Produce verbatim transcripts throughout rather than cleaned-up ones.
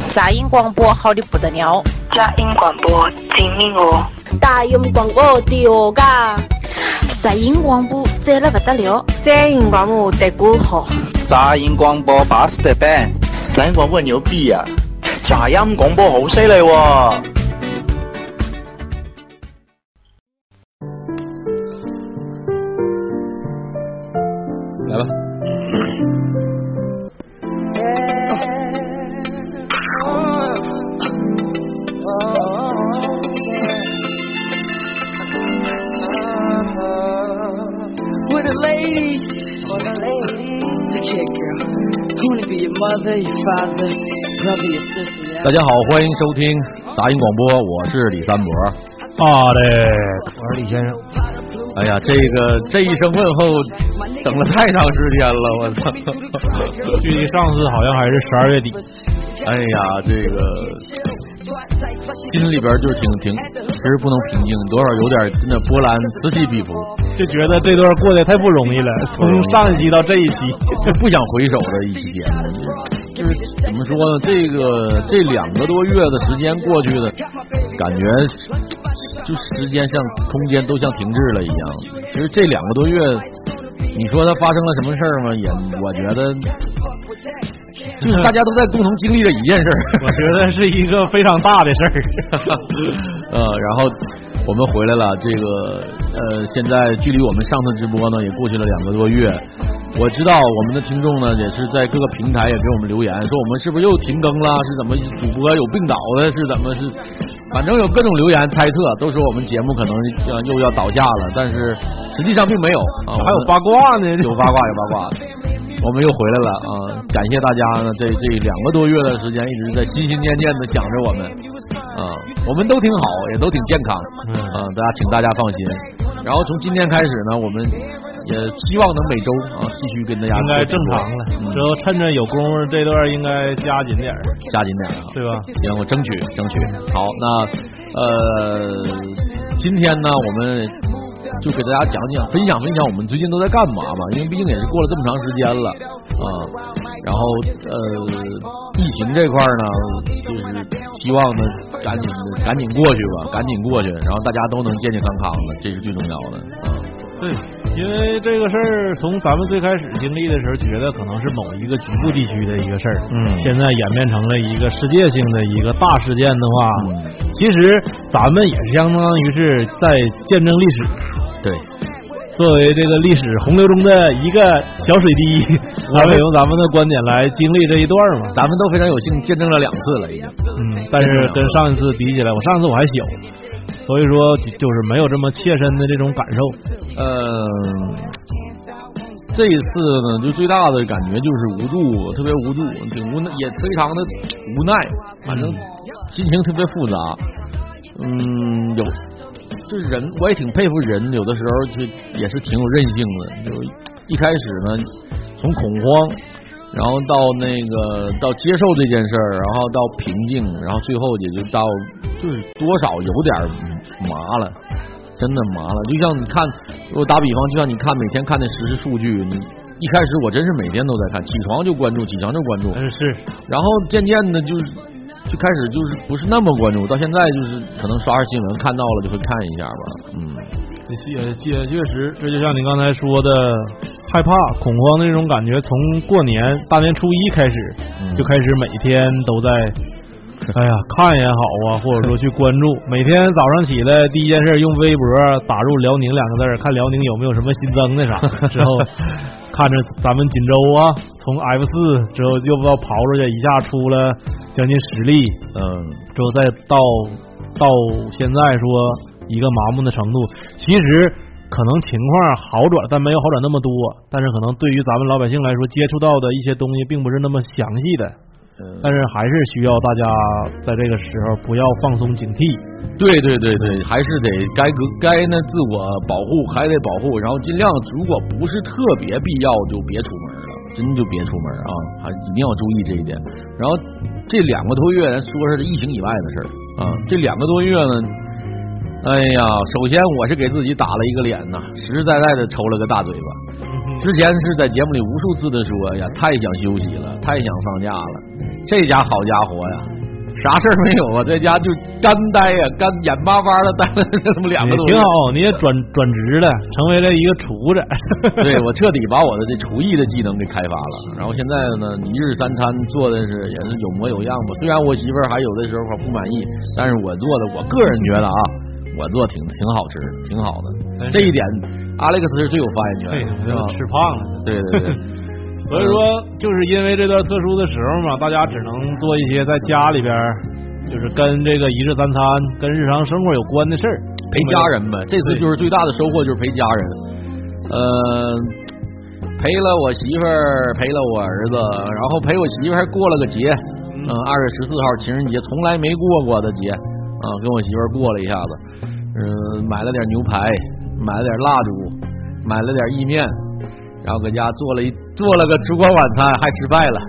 杂音广播好的不得了， 杂音广播精明哦， 大音广播屌噶， 杂音广播赞了不得了， 杂音广播得鼓好， 杂音广播巴适得板， 杂音广播牛逼呀、啊，杂音广播好犀利喎。 来吧。大家好，欢迎收听杂音广播，我是李三博。 好的，我是李先生。 哎呀，这个这一声问候等了太长时间了，我操！ 距离上次好像还是十二月底。 哎呀，这个心里边就挺挺，其实不能平静，多少有点真的波澜此起彼伏， 就觉得这段过得太不容易了。从上一期到这一期， 就不想回首的一期节目，就是怎么说呢？这个这两个多月的时间过去的，感觉就时间像空间都像停滞了一样。其实这两个多月，你说它发生了什么事儿吗？也我觉得。就是大家都在共同经历着一件事儿， 我觉得是一个非常大的事儿。 呃，然后我们回来了，这个呃，现在距离我们上次直播呢也过去了两个多月。我知道我们的听众呢也是在各个平台也给我们留言，说我们是不是又停更了？是怎么主播有病倒的？是怎么是？反正有各种留言猜测，都说我们节目可能又要倒下了，但是实际上并没有啊， 还有八卦呢， 有八卦有八卦。我们又回来了啊！感谢大家呢，这这两个多月的时间一直在心心念念的想着我们啊，我们都挺好，也都挺健康啊，大家请大家放心。然后从今天开始呢，我们也希望能每周啊继续跟大家应该正常了。之后趁着有功夫，这段应该加紧点， 加紧点啊， 对吧？ 行，我争取争取。好，那呃，今天呢，我们。就给大家讲讲分享分享我们最近都在干嘛吧，因为毕竟也是过了这么长时间了啊。然后呃，疫情这块呢，就是希望呢赶紧赶紧过去吧，赶紧过去，然后大家都能健健康康的，这是最重要的啊。 对，因为这个事儿从咱们最开始经历的时候，觉得可能是某一个局部地区的一个事儿，嗯，现在演变成了一个世界性的一个大事件的话，嗯、其实咱们也是相当于是在见证历史。 对， 作为这个历史洪流中的一个小水滴，咱们用咱们的观点来经历这一段嘛， 咱们都非常有幸见证了两次了已经。 嗯，但是跟上一次比起来，我上一次我还小，所以说就是没有这么切身的这种感受。 呃，这一次呢，就最大的感觉就是无助，特别无助，挺无奈，也非常的无奈，反正心情特别复杂。嗯，有。就是人，我也挺佩服人，有的时候就也是挺有韧性的。就一开始呢，从恐慌，然后到那个到接受这件事儿，然后到平静，然后最后也就到就是多少有点麻了，真的麻了。就像你看，我打比方，就像你看每天看那实时数据，你一开始我真是每天都在看，起床就关注，起床就关注， 嗯是， 然后渐渐的就是。就开始就是不是那么关注，到现在就是可能刷刷新闻看到了就会看一下吧。嗯， 也也确实，这就像你刚才说的，害怕、恐慌的这种感觉，从过年大年初一开始、嗯、就开始每天都在，哎呀看也好啊，或者说去关注。每天早上起来第一件事用微博打入辽宁两个字，看辽宁有没有什么新增的啥，之后看着咱们锦州啊，从 F 四之后又不知道刨出去，一下出了。将近十例，嗯，之后再到到现在说一个麻木的程度，其实可能情况好转，但没有好转那么多。但是可能对于咱们老百姓来说，接触到的一些东西并不是那么详细的，嗯、但是还是需要大家在这个时候不要放松警惕。 对对对对，还是得该该呢自我保护还得保护，然后尽量如果不是特别必要就别出门了。真就别出门啊，还一定要注意这一点。然后这两个多月，咱说是疫情以外的事儿啊。这两个多月呢，哎呀，首先我是给自己打了一个脸呐，实实在在的抽了个大嘴巴。之前是在节目里无数次的说呀，太想休息了，太想放假了。这家好家伙呀， 啥事儿没有啊，在家就干待呀、啊，干眼巴巴的待了这么两个多月。 挺好，你也转转职了，成为了一个厨子。 对，我彻底把我的这厨艺的技能给开发了。然后现在呢，一日三餐做的是也是有模有样吧。虽然我媳妇儿还有的时候不满意，但是我做的，我个人觉得啊，我做挺挺好吃，挺好的。这一点，阿历克斯是最有发言权的， 吃胖了。 对对对。 所以说，就是因为这段特殊的时候嘛，大家只能做一些在家里边，就是跟这个一日三餐、跟日常生活有关的事儿， 陪家人呗。这次就是最大的收获，就是陪家人。呃，陪了我媳妇儿，陪了我儿子，然后陪我媳妇儿还过了个节，嗯，二月十四号情人节，从来没过过的节啊，跟我媳妇儿过了一下子，嗯，买了点牛排，买了点蜡烛，买了点意面。然后搁家做了一做了个烛光晚餐，还失败了，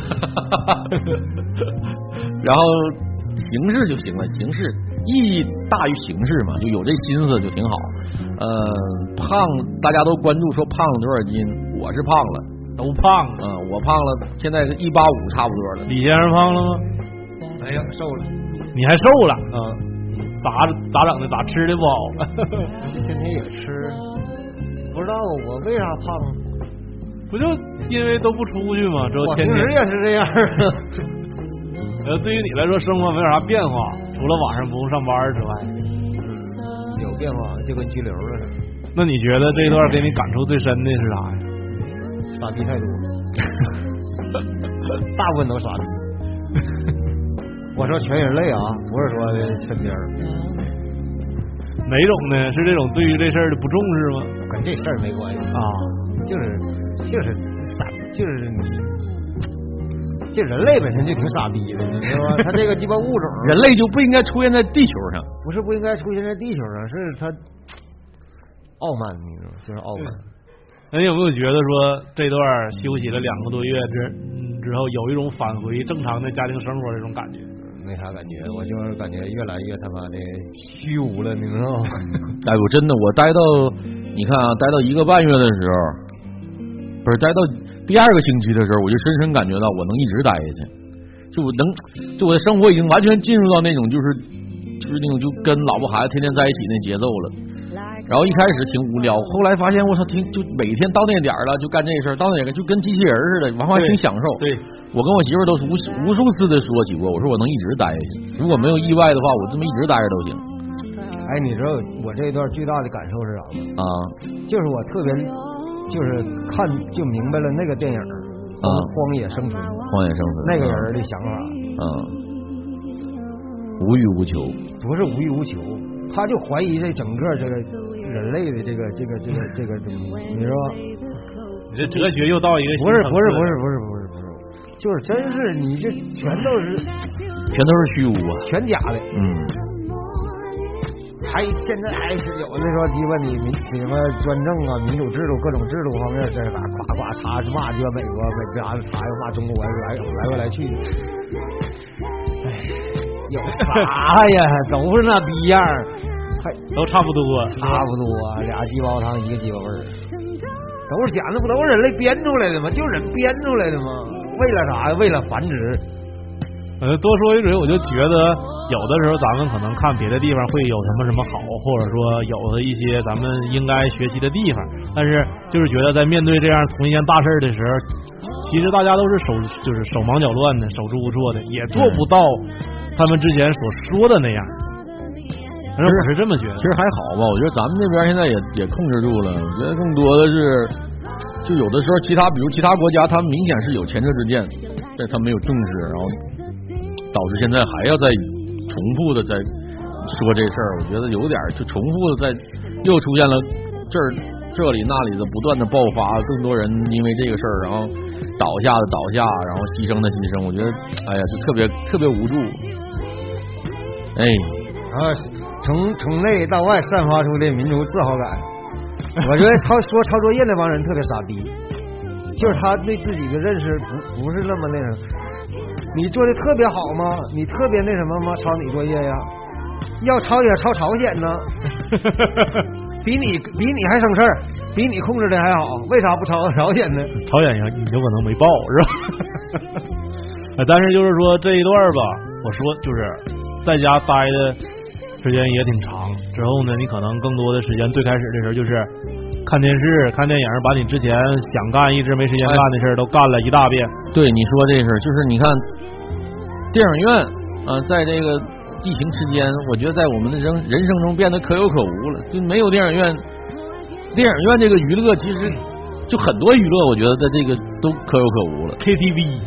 然后形式就行了，形式意义大于形式嘛，就有这心思就挺好。呃，胖大家都关注说胖了多少斤，我是胖了， 都胖了， 嗯，我胖了，现在是一八五差不多了。 李先生胖了吗？ 哎呀，瘦了， 你还瘦了啊？咋咋整的？咋吃的不好？ 天天也吃，不知道我为啥胖。 不就因为都不出去吗？ 我天天平时也是这样的。 呃，对于你来说，生活没有啥变化，除了晚上不用上班之外， 嗯，有变化，就跟拘留了似的。 那你觉得这段给你感触最深的是啥呀？ 傻逼太多，大部分都傻逼。我说全人类啊，不是说的身边。 哪种呢？是这种对于这事儿的不重视吗？ 跟这事儿没关系啊。 就是就是傻，就是你，这人类本身就挺傻逼的，你知道吧？他这个鸡巴物种， 人类就不应该出现在地球上， 不是不应该出现在地球上，是他傲慢，你知道吗？就是傲慢。 那你有没有觉得说这段休息了两个多月之之后，有一种返回正常的家庭生活这种感觉？ 没啥感觉，我就是感觉越来越他妈的虚无了，你知道吗？ 哎呦，真的，我待到你看啊，待到一个半月的时候。不是待到第二个星期的时候，我就深深感觉到我能一直待下去，就我能，就我的生活已经完全进入到那种就是就是那种就跟老婆孩子天天在一起那节奏了。然后一开始挺无聊，后来发现我操，挺就每天到那点了就干这事儿，到那个就跟机器人似的，完完挺享受。 对， 我跟我媳妇都无无数次的说起过，我说我能一直待下去，如果没有意外的话，我这么一直待着都行。 哎，你知道我这一段最大的感受是啥吗？ 啊， 就是我特别。就是看就明白了那个电影啊， 荒野生存， 荒野生存那个人的想法， 嗯，无欲无求， 不是无欲无求，他就怀疑这整个这个人类的这个这个这个这个东西，你说， 你这哲学又到一个不是不是不是不是不是不是，就是真是你这全都是全都是虚无啊， 全假的， 嗯。 还现在还是有的说鸡巴你民什么专政啊、民主制度各种制度方面，这嘎呱呱，他是骂这美国，美啥他又骂中国，来来回来去。哎，有啥呀？都是那逼样，还都差不多， 差不多，俩鸡巴汤一个鸡巴味儿，都是假的，不都是人类编出来的吗？就是人编出来的吗？为了啥呀？为了繁殖。 呃，多说一嘴，我就觉得有的时候咱们可能看别的地方会有什么什么好，或者说有的一些咱们应该学习的地方，但是就是觉得在面对这样同一件大事的时候，其实大家都是手就是手忙脚乱的，手足无措的，也做不到他们之前所说的那样。反正我是这么觉得。 其实还好吧，我觉得咱们这边现在也也控制住了。我觉得更多的是，就有的时候其他比如其他国家，他们明显是有前车之鉴，但他没有重视，然后导致现在还要再重复的在说这事儿，我觉得有点就重复的在又出现了这儿这里那里的不断的爆发，更多人因为这个事儿，然后倒下的倒下，然后牺牲的牺牲，我觉得哎呀，就特别特别无助。哎， 然后从从内到外散发出的民族自豪感，我觉得抄说抄作业那帮人特别傻逼，就是他对自己的认识不不是那么那什么。你做的特别好吗？你特别那什么吗？抄你作业呀？要抄也抄朝鲜呢，比你比你还省事儿，比你控制的还好，为啥不抄朝鲜呢？ 朝鲜有有可能没报是吧？但是就是说这一段吧， 我说就是在家待的时间也挺长，之后呢，你可能更多的时间最开始的时候就是看电视、看电影，把你之前想干一直没时间干的事儿都干了一大遍。 对，你说这事儿，就是你看电影院啊、呃，在这个疫情期间，我觉得在我们的人人生中变得可有可无了，就没有电影院。电影院这个娱乐其实就很多娱乐，我觉得在这个都可有可无了。 K T V，K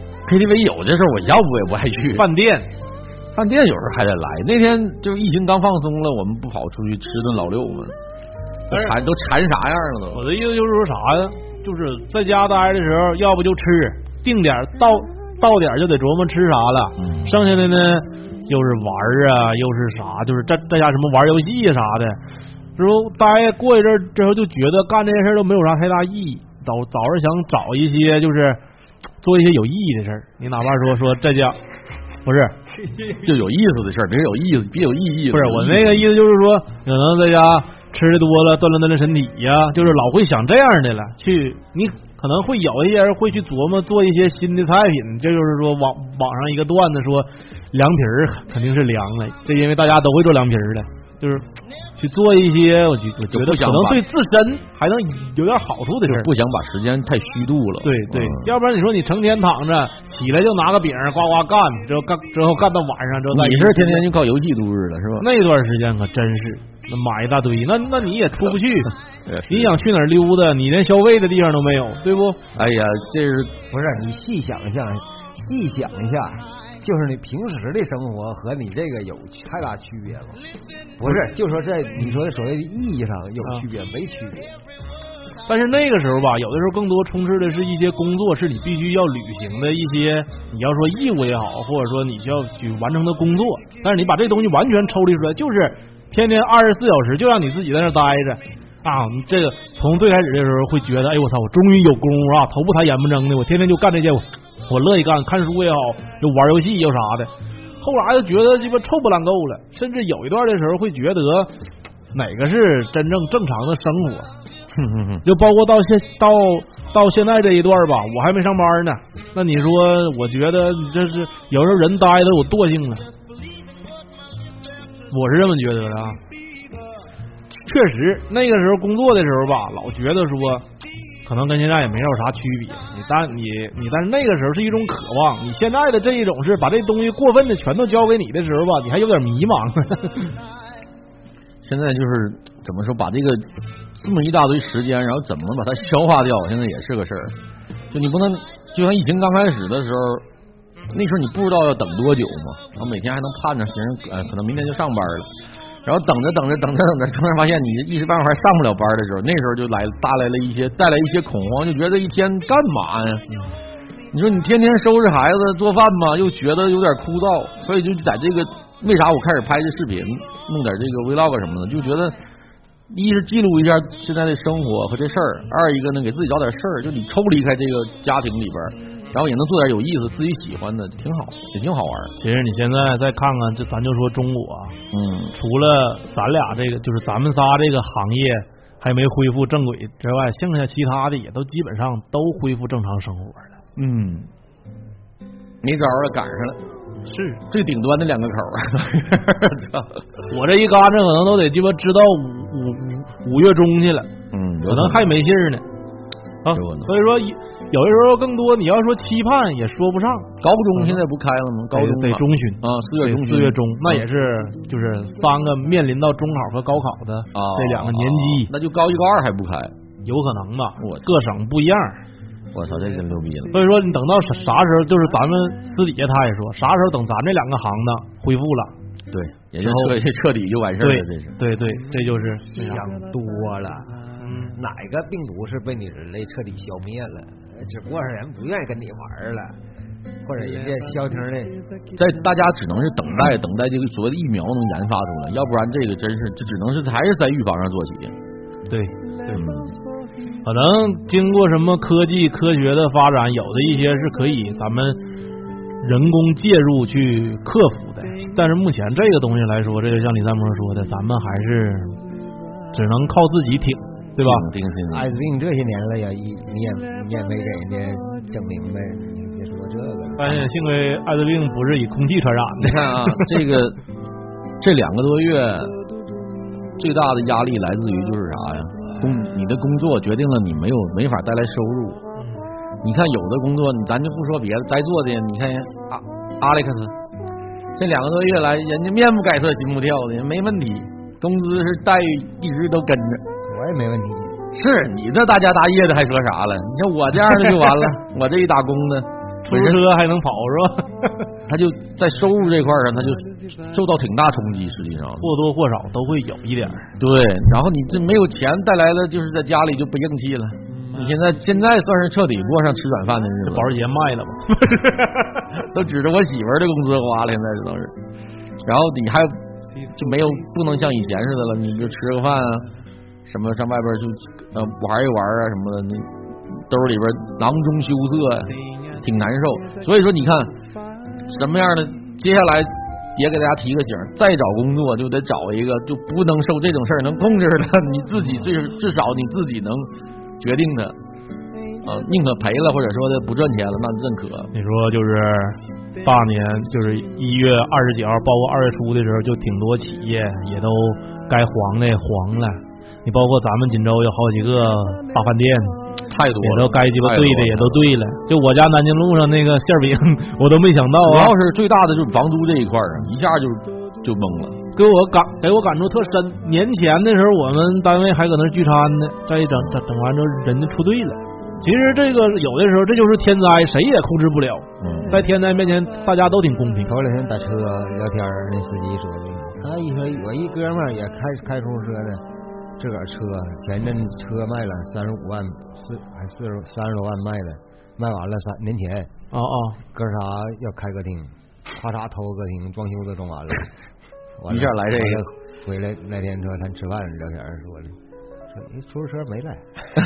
T V 有这事儿，我要不我也不爱去。 饭店， 饭店有时候还得来。那天就是疫情刚放松了，我们不跑出去吃顿老六吗？都馋都馋啥样了都。 我的意思就是说啥呀？就是在家待的时候，要不就吃，定点到到点就得琢磨吃啥了。嗯、剩下的呢，又是玩啊，又是啥，就是在在家什么玩游戏啥的。之后待过一阵之后，就觉得干这些事儿都没有啥太大意义，早早是想找一些就是做一些有意义的事儿。你哪怕说说在家，不是就有意思的事儿，别有意思，别有意义。 不是我那个意思，就是说可能在家吃的多了，锻炼锻炼身体呀，就是老会想这样的了。去你可能会有一些人会去琢磨做一些新的菜品，这就是说网网上一个段子说凉皮儿肯定是凉的，这因为大家都会做凉皮儿的，就是去做一些我觉我觉得可能对自身还能有点好处的事儿， 不想把时间太虚度了。 对对、嗯，要不然你说你成天躺着，起来就拿个饼呱呱干，之后干之后干到晚上之后， 你是天天就靠游戏度日了是吧？ 那段时间可真是那买一大堆，那那你也出不去，你想去哪儿溜达，你连消费的地方都没有，对不？ 哎呀，这是不是你细想一下，细想一下。就是你平时的生活和你这个有太大区别吗？不是，就说这你说所谓的意义上有区别、啊、没区别。 但是那个时候吧，有的时候更多充斥的是一些工作，是你必须要履行的一些，你要说义务也好，或者说你需要去完成的工作。但是你把这东西完全抽离出来，就是天天二十四小时就让你自己在那待着啊！这个从最开始的时候会觉得，哎我操，我终于有功夫啊，头不抬眼不睁的，我天天就干这些。我乐意干，看书也好，就玩游戏又啥的。后来就觉得鸡巴臭不烂够了，甚至有一段的时候会觉得哪个是真正正常的生活。就包括到现到到现在这一段吧，我还没上班呢。那你说，我觉得这是有时候人呆的有惰性了，我是这么觉得的啊。确实，那个时候工作的时候吧，老觉得说。可能跟现在也没有啥区别，你但你你但是那个时候是一种渴望，你现在的这一种是把这东西过分的全都交给你的时候吧，你还有点迷茫。 现在就是怎么说，把这个这么一大堆时间，然后怎么把它消化掉，现在也是个事儿。就你不能，就像疫情刚开始的时候，那时候你不知道要等多久嘛，然后每天还能盼着，行，呃，可能明天就上班了。然后等着等着等着等着，突然发现你一时半会儿上不了班的时候，那时候就来带来了一些带来一些恐慌，就觉得这一天干嘛呀？你说你天天收拾孩子做饭嘛，又觉得有点枯燥，所以就在这个为啥我开始拍这视频，弄点这个 vlog 什么的，就觉得一是记录一下现在的生活和这事儿，二一个呢给自己找点事儿，就你抽离开这个家庭里边。然后也能做点有意思、自己喜欢的，挺好，也挺好玩。 其实你现在再看看，这咱就说中国， 嗯， 除了咱俩这个，就是咱们仨这个行业还没恢复正轨之外，剩下其他的也都基本上都恢复正常生活了。 嗯，没招了，赶上了， 是最顶端的两个口。 我这一嘎子可能都得鸡巴知道五五五月中去了， 嗯， 可能还没信儿呢。啊，所以说有的时候更多你要说期盼也说不上。 高中现在不开了吗？高中得中旬啊，四月中四月中，那也是就是三个面临到中考和高考的这两个年级， 那就高一高二还不开， 有可能吧？我各省不一样。 我操，这真牛逼了！ 所以说你等到啥时候，就是咱们私底下他也说，啥时候等咱这两个行当恢复了， 对，也就彻彻底就完事儿了。这是对对，这就是想多了。哪个病毒是被你人类彻底消灭了？只不过是人不愿意跟你玩了，或者人家消停的， 在大家只能是等待，等待这个所谓的疫苗能研发出来，要不然这个真是这只能是还是在预防上做起。 对对，可能经过什么科技科学的发展，有的一些是可以咱们人工介入去克服的，但是目前这个东西来说，这就像李三模说的，咱们还是只能靠自己挺。对吧？ 艾滋病这些年了呀，你也你也没给人家整明白，你别说这这个。 发现幸亏艾滋病不是以空气传染的。 你看啊，这个这两个多月最大的压力来自于就是啥呀？工你的工作决定了你没有没法带来收入。你看有的工作，咱就不说别的，在座的你看阿阿历克斯，这两个多月来，人家面不改色心不跳的，没问题，工资是待遇一直都跟着， 我也没问题。 是你这大家大业的还说啥了？你像我这样的就完了，我这一打工的， 出租车还能跑是吧？ 他就在收入这块上，他就受到挺大冲击，实际上或多或少都会有一点。 对，然后你这没有钱带来的，就是在家里就不硬气了。你现在现在算是彻底过上吃软饭的日子， 保时捷卖了吧？ 都指着我媳妇儿的工资花了，现在这都是。然后你还就没有不能像以前似的了，你就吃个饭啊，什么上外边就呃玩一玩啊什么的，你兜里边囊中羞涩呀，挺难受。所以说你看什么样的，接下来也给大家提个醒，再找工作就得找一个就不能受这种事儿能控制的，你自己最至少你自己能决定的，呃，宁可赔了或者说的不赚钱了，那认可。 你说就是大年就是一月二十几号，包括二月初的时候，就挺多企业也都该黄的黄了。你包括咱们锦州有好几个大饭店， 太多了， 也都该鸡巴对的也都对了。就我家南京路上那个馅饼，我都没想到啊。 主要是最大的就是房租这一块啊，一下就就懵了。 给我感给我感触特深。年前的时候，我们单位还搁那聚餐呢，再一整整整完之后，人家出队了。其实这个有的时候这就是天灾，谁也控制不了。嗯，在天灾面前，大家都挺公平。 头两天打车聊天，那司机说的，他一说我一哥们儿也开开出租车的，自个儿车前阵车卖了三十五万，四还四十三十多万卖的，卖完了三年前。 哦哦， 哥啥要开歌厅，咔嚓偷歌厅，装修都装完了。 一下来这个， 回来那天说他吃饭聊天说的，说你出租车没来，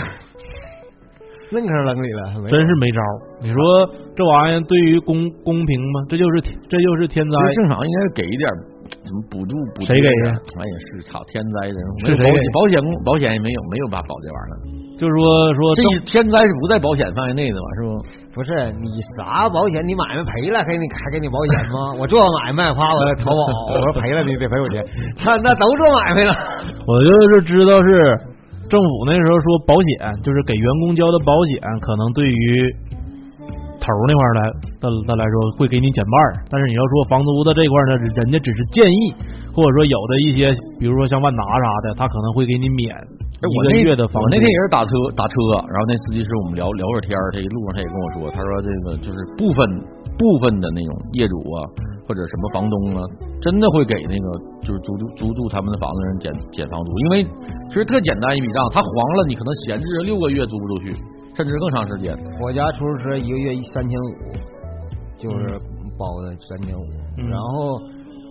愣坑愣里了， 真是没招。你说这玩意儿对于公公平吗？这就是这就是天灾。 正常应该给一点什么补助补助。 谁给呀？ 俺也是，操天灾人， 是谁给？ 保险保险也没有，没有把保这玩意儿。 就是说说这天灾是不在保险范围内的嘛，是不？ 不是你啥保险，你买卖赔了，给你还给你保险吗？我做买卖，夸我淘宝，我说赔了你得赔我钱，他那都做买卖了。 我就是知道是政府那时候说保险，就是给员工交的保险，可能对于头那块来的的来说会给你减半，但是你要说房租的这块呢，人家只是建议，或者说有的一些，比如说像万达啥的，他可能会给你免。一个月的房租。 我那天也是打车打车，然后那司机是我们聊聊会儿天，他一路上他也跟我说，他说这个就是部分部分的那种业主啊，或者什么房东啊，真的会给那个就是租住租住他们的房子人减减房租，因为其实特简单一笔账，他黄了，你可能闲置六个月租不出去，甚至更长时间。 我家出租车一个月三千五，就是包的三千五，然后。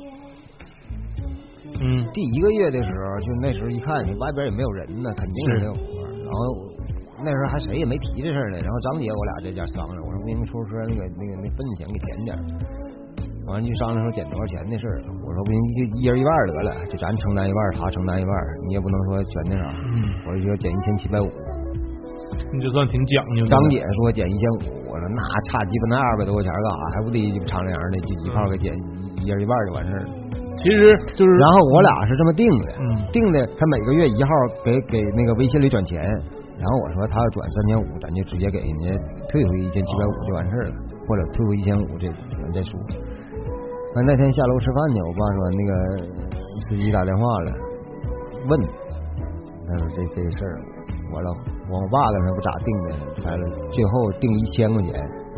嗯， 第一个月的时候，就那时候一看，你外边也没有人呢，肯定是没有活。然后那时候还谁也没提这事儿呢。然后张姐我俩在家商量，我说给你出租车那个那个那份子钱给减点。完了就商量说减多少钱的事儿。我说不行，就一人一半得了，就咱承担一半，他承担一半，你也不能说全那啥。嗯，我说就减一千七百五。 你就算挺讲究。 张姐说减一千五，我说那差鸡巴那二百多块钱干啥？还不得鸡巴敞亮的，就一炮给减一人一半就完事儿了。 其实就是， 然后我俩是这么定的， 嗯， 定的，他每个月一号给给那个微信里转钱，然后我说他要转三千五，咱就直接给人家退回一千七百五就完事儿了，或者退回一千五这咱再说。完那天下楼吃饭去，我爸说那个司机打电话了，问，他说这这个事儿，我老我爸跟他不咋定的，来了最后定一千块钱，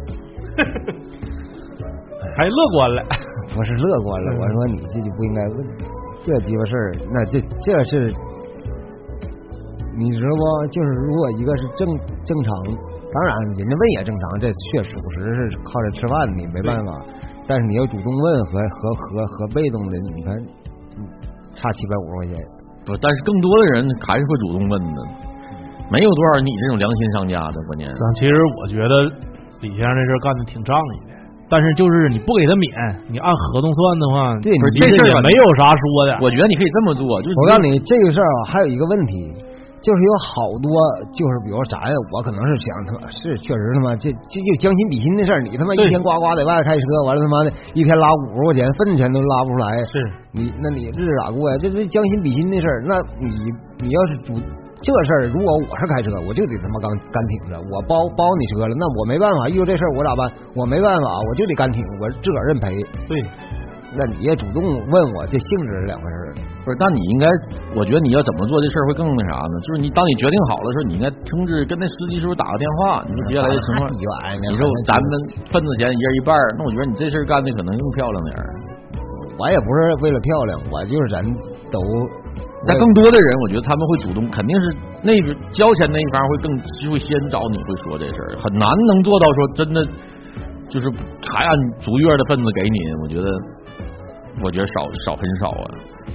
还乐观了。 不是乐观了，我说你这就不应该问这鸡巴事儿，那这这是你知道不？就是如果一个是正正常，当然人家问也正常，这确实属实是靠着吃饭你没办法，但是你要主动问和和和和被动的，你看差七百五十块钱， 不，但是更多的人还是会主动问的，没有多少你这种良心商家的关键。 其实我觉得李先生这事干的挺仗义的。但是就是你不给他免，你按合同算的话， 对， 这事也没有啥说的。 我觉得你可以这么做，就是我告诉你这个事儿啊，还有一个问题， 就是有好多，就是比如咱，我可能是想他妈是确实他妈这这就将心比心的事儿。你他妈一天呱呱在外开车，完了他妈的一天拉五十块钱，份钱都拉不出来。 是你那你日子咋过呀？这是将心比心的事儿。那你你要是主这事儿，如果我是开车，我就得他妈干干挺着。我包包你车了，那我没办法，遇到这事儿我咋办？我没办法，我就得干挺，我自个儿认赔。 对。 那你也主动问我，这性质是两回事儿。 不是，但你应该，我觉得你要怎么做这事儿会更那啥呢？就是你当你决定好了的时候，你应该通知跟那司机师傅打个电话，你说接下来的情况，你说咱们份子钱一人一半，那我觉得你这事儿干的可能更漂亮点儿。 我也不是为了漂亮，我就是咱都。 但更多的人，我觉得他们会主动，肯定是那个交钱那一方会更会先找你，会说这事儿，很难能做到说真的就是还按逐月的份子给你，我觉得。我觉得少少很少啊，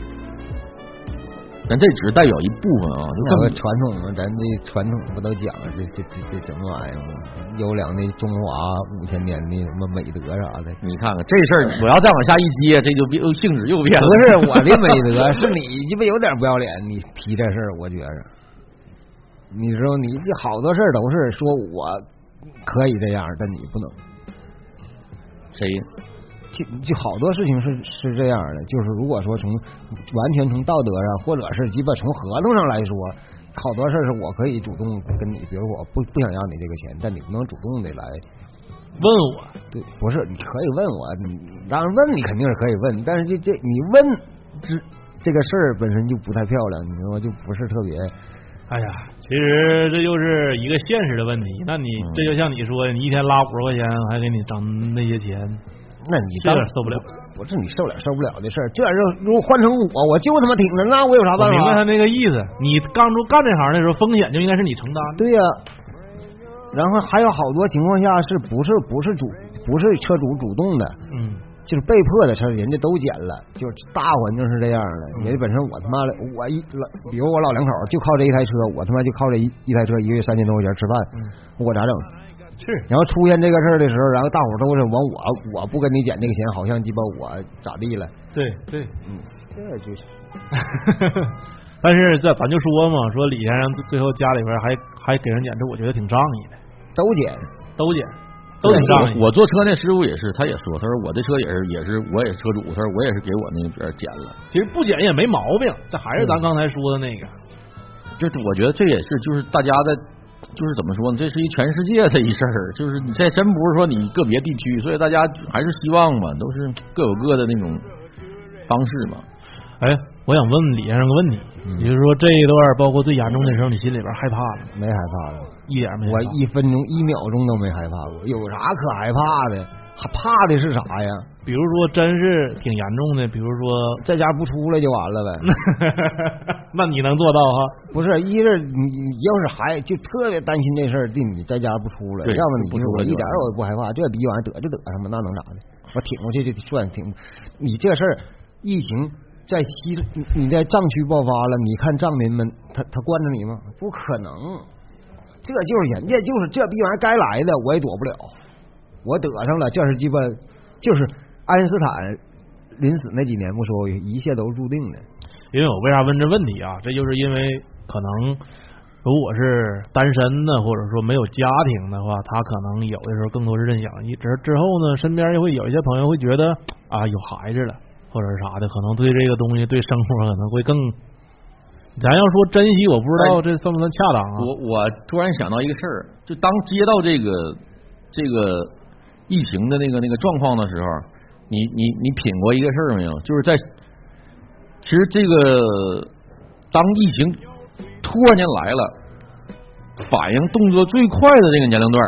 但这只是代表一部分啊。 那个传统嘛，咱这传统不都讲这这这这什么玩意儿吗？优良的中华五千年的什么美德啥的。 你看看这事儿，我要再往下一接，这就变性质又变了。 不是我的美德，是你鸡巴有点不要脸，你提这事儿，我觉着，你知道，你这好多事儿都是说我可以这样，但你不能。 谁？ 就就好多事情是是这样的，就是如果说从完全从道德上，或者是基本从合同上来说，好多事是我可以主动跟你，比如我不不想要你这个钱，但你不能主动的来问我。 对，不是，你可以问我，你当然问你肯定是可以问，但是这这你问这这个事儿本身就不太漂亮，你知道吗？就不是特别。 哎呀，其实这就是一个现实的问题。那你、嗯、这就像你说的，你一天拉五十块钱，还给你涨那些钱。 那你这受不了， 不是你受了受不了的事儿。这要如果换成我，我就他妈挺着，那我有啥办法？ 我明白他那个意思。你刚出干这行的时候，风险就应该是你承担。 对呀、啊。然后还有好多情况下是不是不是主不是车主主动的， 嗯， 就是被迫的车，人家都捡了，就是大环境是这样的。人家本身我他妈的我一比如我老两口就靠这一台车，我他妈就靠这一一台车一个月三千多块钱吃饭， 嗯、 我咋整？ 是， 然后出现这个事儿的时候，然后大伙儿都是往我，我不跟你捡这个钱，好像鸡巴我咋地了？ 对对， 嗯，这就是。 但是这咱就说嘛，说李先生最后家里边还还给人捡，这我觉得挺仗义的， 都捡， 都捡，都挺仗义。 我做车那师傅也是，他也说，他说我这车也是也是我也是车主，他说我也是给我那个边捡了。 其实不捡也没毛病，这还是咱刚才说的那个。 就我觉得这也是就是大家在。就是怎么说呢？这是一全世界的一事儿，就是你这真不是说你个别地区，所以大家还是希望嘛，都是各有各的那种方式嘛。 哎，我想问李先生个问题，嗯、也就是说这一段包括最严重的时候，你心里边害怕了？ 没害怕过， 一点没害怕。 我一分钟一秒钟都没害怕过，有啥可害怕的？还怕的是啥呀？ 比如说真是挺严重的，比如说在家不出来就完了呗。 那你能做到哈？ 不是，一是你你要是还就特别担心这事儿，你在家不出来，要么你不出来， 一点我也不害怕，这逼玩意儿得就得什么，那能咋的？我挺过去就算挺。你这事儿疫情在西，你在藏区爆发了，你看藏民们他他惯着你吗？不可能，这就是人家就是这逼玩意儿该来的，我也躲不了。我得上了，这是鸡巴，就是爱因斯坦临死那几年不说，一切都是注定的。 因为我为啥问这问题啊？这就是因为可能如果是单身的，或者说没有家庭的话，他可能有的时候更多是认想。一直之后呢，身边又会有一些朋友会觉得啊，有孩子了或者是啥的，可能对这个东西对生活可能会更。咱要说珍惜，我不知道这算不算恰当啊？ 我我突然想到一个事儿，就当接到这个这个。疫情的那个那个状况的时候，你你你品过一个事儿没有？就是在其实这个当疫情突然间来了，反应动作最快的这个年龄段，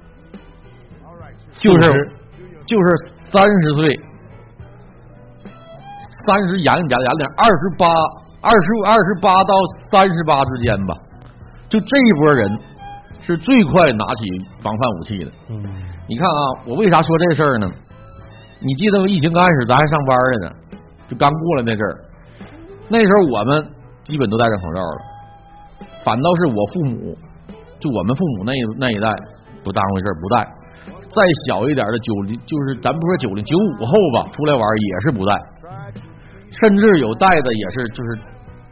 就是就是三十岁，三十严严严点，二十八二十二十八到三十八之间吧，就这一波人是最快拿起防范武器的。 嗯。 你看啊，我为啥说这事儿呢？你记得疫情刚开始咱还上班的呢，就刚过来那阵儿，那时候我们基本都戴上口罩了，反倒是我父母，就我们父母那一那一代不当回事不戴，再小一点的九零，就是咱不说九零九五后吧，出来玩也是不戴，甚至有戴的也是就是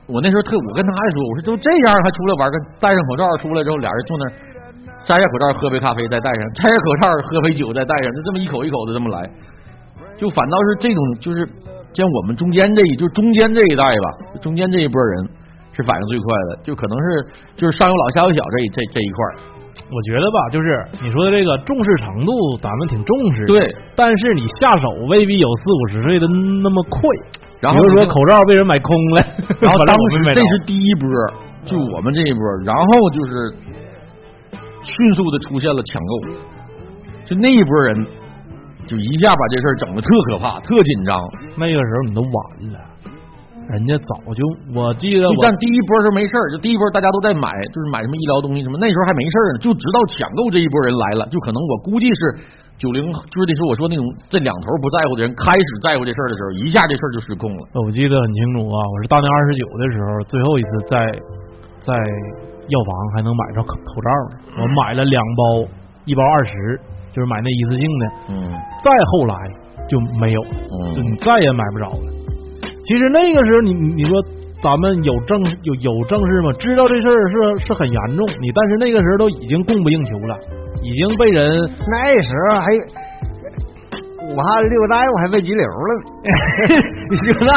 我那时候特，我跟他还说，我说都这样还出来玩，跟戴上口罩出来之后，俩人坐那儿摘下口罩喝杯咖啡再戴上，摘下口罩喝杯酒再戴上，就这么一口一口的这么来。就反倒是这种，就是像我们中间这一，就是中间这一代吧，中间这一波人是反应最快的，就可能是就是上有老下有小这这这一块。 我觉得吧，就是你说的这个重视程度，咱们挺重视， 对， 但是你下手未必有四五十岁的那么快。 然后比如说口罩被人买空了， 然后当时这是第一波，就我们这一波，然后就是迅速的出现了抢购，就那一波人就一下把这事儿整得特可怕，特紧张。 那个时候你都晚了。人家早就，我记得我， 但第一波是没事儿，就第一波大家都在买，就是买什么医疗东西什么，那时候还没事儿呢，就直到抢购这一波人来了，就可能我估计是九零，就是那时候我说那种这两头不在乎的人开始在乎这事儿的时候，一下这事儿就失控了。 我记得很清楚啊，我是大年二十九的时候，最后一次在在药房还能买着口口罩，我买了两包，一包二十，就是买那一次性的。 嗯，再后来就没有， 嗯， 就你再也买不着了。其实那个时候你，你你说咱们有正有有正事吗？知道这事儿是是很严重，你但是那个时候都已经供不应求了，已经被人那时候还武汉六大夫还被拘留了， 你说那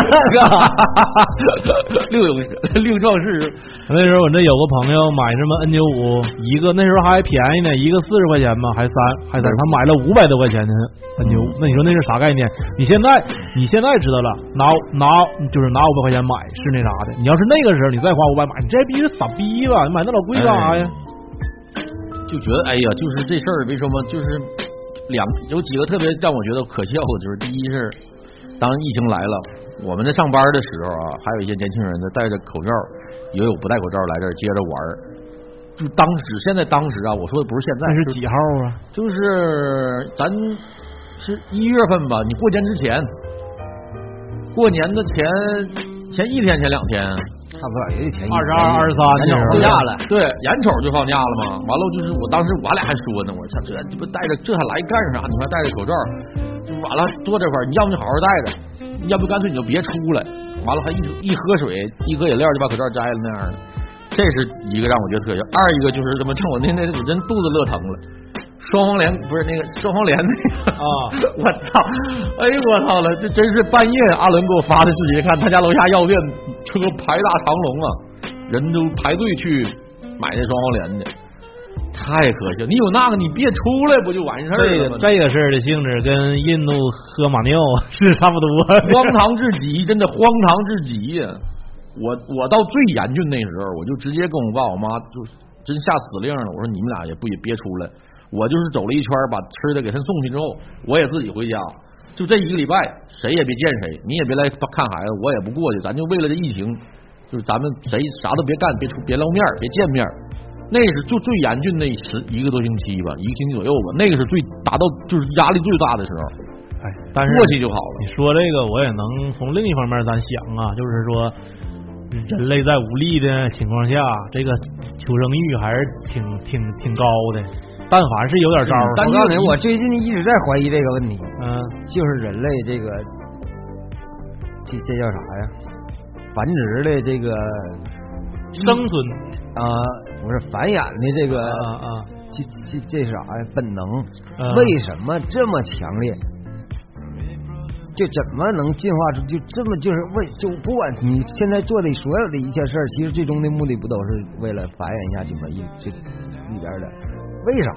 个六勇士六壮士。 那时候我这有个朋友买什么 N 九五，一个那时候还便宜呢，一个四十块钱吧，还三还三，他买了五百多块钱的 N 九五，那你说那是啥概念？你现在你现在知道了，拿拿就是拿五百块钱买是那啥的，你要是那个时候你再花五百买，你这逼是傻逼吧？你买那老贵干啥呀？ 就觉得哎呀，就是这事儿为什么就是。两有几个特别让我觉得可笑的，就是第一是，当疫情来了，我们在上班的时候啊，还有一些年轻人呢戴着口罩，也有不戴口罩来这儿接着玩。就当时现在当时啊，我说的不是现在， 那是几号啊？ 就是咱是一月份吧，你过年之前，过年的前前一天前两天。 差不多也就前二十二、二十三眼瞅放假了， 对，眼瞅就放假了嘛。完了就是我当时我俩还说呢，我操，这这不戴着这还来干啥？你还戴着口罩，就完了坐这块儿，你要不就好好戴着，要不干脆你就别出来。完了还一一喝水，一喝饮料就把口罩摘了那样的，这是一个让我觉得特效。二一个就是怎么趁我那那我真肚子乐疼了。双黄连不是那个双黄连那个啊！ 我操！哎呦我操了！这真是半夜阿伦给我发的视频，看他家楼下药店车排大长龙啊，人都排队去买那双黄连的，太可惜！你有那个你别出来不就完事儿了吗？ 这个事儿的性质跟印度喝马尿是差不多， 荒唐至极，真的荒唐至极呀！我我到最严峻那时候，我就直接跟我爸我妈就真下死令了，我说你们俩也不也别出来。我就是走了一圈，把吃的给他送去之后，我也自己回家。就这一个礼拜，谁也别见谁，你也别来看孩子，我也不过去。咱就为了这疫情，就是咱们谁啥都别干，别出别露面，别见面。那是就最严峻的十一个多星期吧，一个星期左右吧。那个是最达到就是压力最大的时候。 哎，但是过去就好了。 你说这个，我也能从另一方面咱想啊，就是说，人类在武力的情况下，这个求生欲还是挺挺挺高的。但凡是有点招儿， 我告诉你，我最近一直在怀疑这个问题。 嗯， 就是人类这个，这这叫啥呀？繁殖的这个生存啊、呃，不是繁衍的这个啊啊， 这这这是啥呀？本能、 嗯、 为什么这么强烈？就怎么能进化出就这么就是为就不管你现在做的所有的一切事儿，其实最终的目的不都是为了繁衍下去吗？一这里边的。为啥？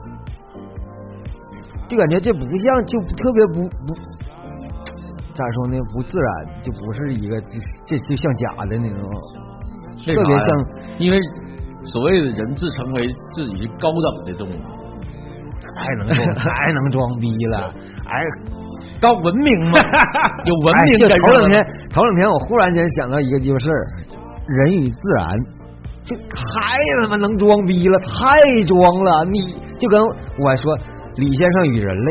就感觉这不像，就特别不不咋说呢？不自然，就不是一个这这就像假的那种，特别像。 因为所谓的人自称为自己是高等的动物， 太能装太能装逼了，哎， 高文明嘛，有文明感、 哎。就头两天，头两天我忽然间想到一个就是人与自然。这太他妈能装逼了，太装了！你就跟我说李先生与人类，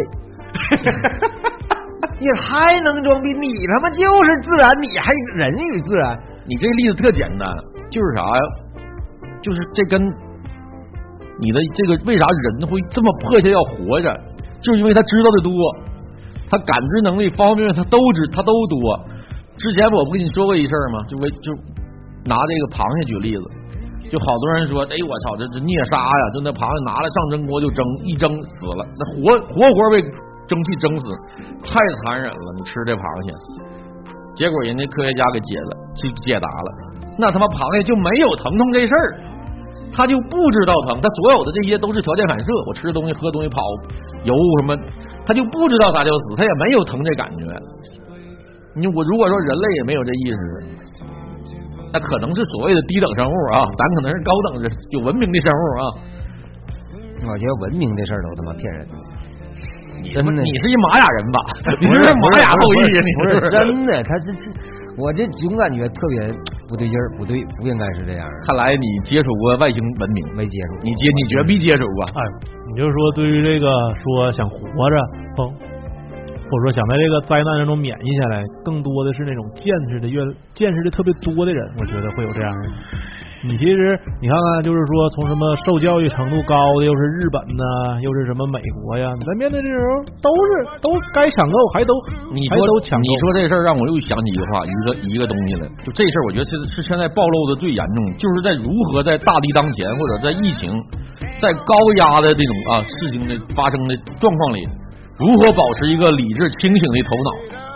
你太能装逼！你他妈就是自然，你还人与自然？ 你这例子特简单，就是啥呀？就是这跟你的这个为啥人会这么迫切要活着，就是因为他知道的多，他感知能力方面他都知他都多。之前我不跟你说过一事吗？就为就。 拿这个螃蟹举例子，就好多人说，哎我操，这这孽杀呀！就那螃蟹拿来上蒸锅就蒸，一蒸死了，那活活活被蒸汽蒸死，太残忍了！你吃这螃蟹，结果人家科学家给解了，去解答了，那他妈螃蟹就没有疼痛这事儿，他就不知道疼，他所有的这些都是条件反射，我吃东西、喝东西、跑油什么，他就不知道啥叫死，他也没有疼这感觉。你我如果说人类也没有这意识，那可能是所谓的低等生物啊，咱可能是高等的有文明的生物啊。 我觉得文明这事儿都他妈骗人。 你真的，你是一玛雅人吧？你是不是玛雅后裔啊？你不是真的，他这这，我这总感觉特别不对劲儿，不对，不应该是这样。 看来你接触过外星文明， 没接触， 你接你绝必接触过。 哎，你就说对于这个说想活着，或或者说想在这个灾难当中免疫下来，更多的是那种见识的越见识的特别多的人，我觉得会有这样的。你其实你看看，就是说从什么受教育程度高的，又是日本呐，又是什么美国呀，你在面对这时候都是都该抢购，还都你还都抢购。 你说这事儿让我又想起一个话，一个一个东西来，就这事儿，我觉得是是现在暴露的最严重，就是在如何在大敌当前，或者在疫情在高压的这种啊事情的发生的状况里，如何保持一个理智清醒的头脑。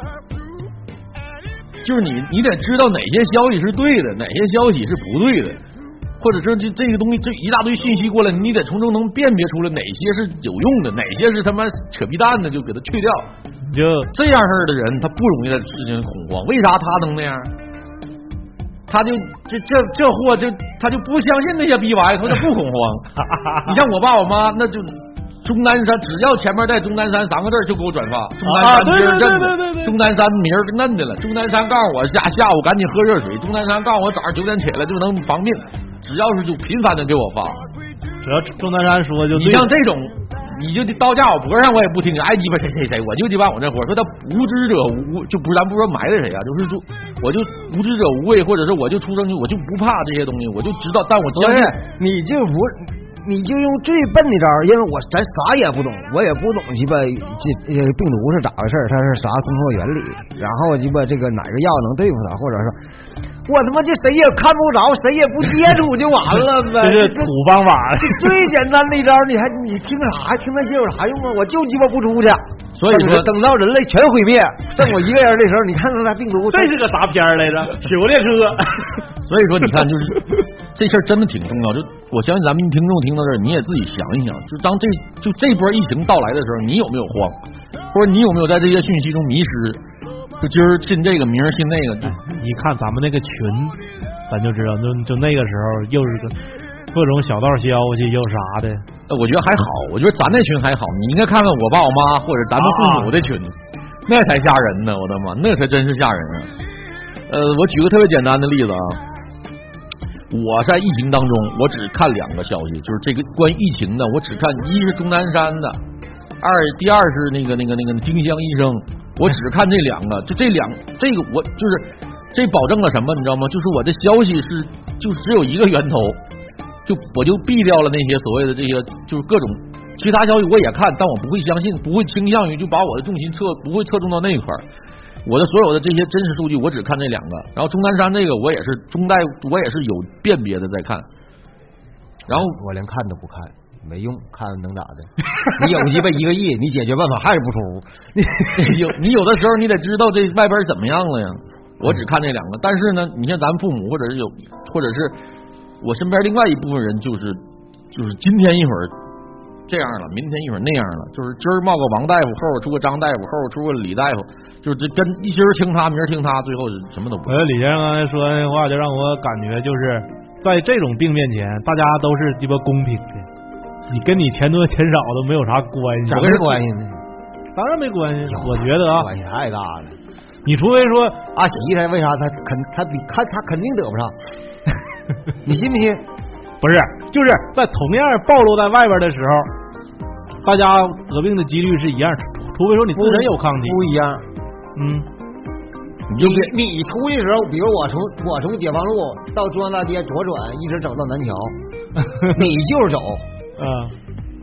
就是你，你得知道哪些消息是对的，哪些消息是不对的，或者说这这个东西，这一大堆信息过来，你得从中能辨别出来哪些是有用的，哪些是他妈扯皮蛋的，就给它去掉。 就这样式的人，他不容易在事情恐慌。为啥他能那样？他就这这这货就他就不相信那些逼玩意，他就不恐慌。你像我爸我妈，那就。钟南山，只要前面带钟南山三个字就给我转发。钟南山名儿认的，钟南山名儿嫩的了。钟南山告诉我下下午赶紧喝热水。钟南山告诉我早上九点起来就能防病。只要是就频繁的给我发， 只要钟南山说就对。 你像这种，你就刀架我脖上我也不听，哎鸡巴谁谁谁，我就鸡巴我这活。说他无知者无，就不咱不说埋汰谁啊，就是就我就无知者无畏，或者是我就出生就我就不怕这些东西，我就知道，但我相信你就不。你就用最笨的招，因为我咱啥也不懂，我也不懂鸡巴这病毒是咋回事，它是啥工作原理，然后鸡巴这个哪个药能对付它，或者是我他妈这谁也看不着，谁也不接触就完了呗。 这是土方法， 这最简单的一招，你还你听啥？听那些有啥用啊？我就鸡巴不出去。 所以说， 等到人类全毁灭，剩我一个人的时候，你看看那病毒， 这是个啥片来着？铁列车。 所以说，你看，就是这事儿真的挺重要。就我相信咱们听众听到这儿，你也自己想一想，就当这就这波疫情到来的时候，你有没有慌，或者你有没有在这些讯息中迷失？就今儿信这个，明儿信那个。就一看咱们那个群，咱就知道，就就那个时候又是个各种小道消息，又啥的。 我觉得还好，我觉得咱那群还好。你应该看看我爸我妈或者咱们父母的群，啊、那才吓人呢！我的妈，那才真是吓人啊！呃，我举个特别简单的例子啊，我在疫情当中，我只看两个消息，就是这个关于疫情的，我只看一是钟南山的，二第二是那个那个那个丁香医生，我只看这两个，就这两这个我就是这保证了什么，你知道吗？就是我的消息是就只有一个源头。就我就避掉了那些所谓的这些，就是各种其他消息我也看，但我不会相信，不会倾向于就把我的重心侧，不会侧重到那一块儿。我的所有的这些真实数据，我只看这两个。然后钟南山这个，我也是中代，我也是有辨别的在看。然后我连看都不看，没用，看能咋的？你有鸡巴一个亿，你解决办法还是不出屋。 你有你有的时候你得知道这外边怎么样了呀。我只看这两个，但是呢，你像咱父母或者是有，或者是。我身边另外一部分人就是就是今天一会儿这样了，明天一会儿那样了，就是今儿冒个王大夫，后边出个张大夫，后边出个李大夫，就是这跟一今儿听他，明儿听他，最后什么都不。 我觉得李先生刚才说那话，就让我感觉就是在这种病面前，大家都是鸡巴公平的，你跟你钱多钱少都没有啥关系， 没关系呢， 当然没关系。我觉得啊， 关系太大了。 你除非说阿喜他为啥他肯他比他他肯定得不上。你信不信？ 不是，就是在同样暴露在外边的时候，大家得病的几率是一样，除非说你自身有抗体， 不一样。 嗯， 你你出去的时候，比如我从我从解放路到中央大街左转，一直走到南桥，你就是走。 嗯，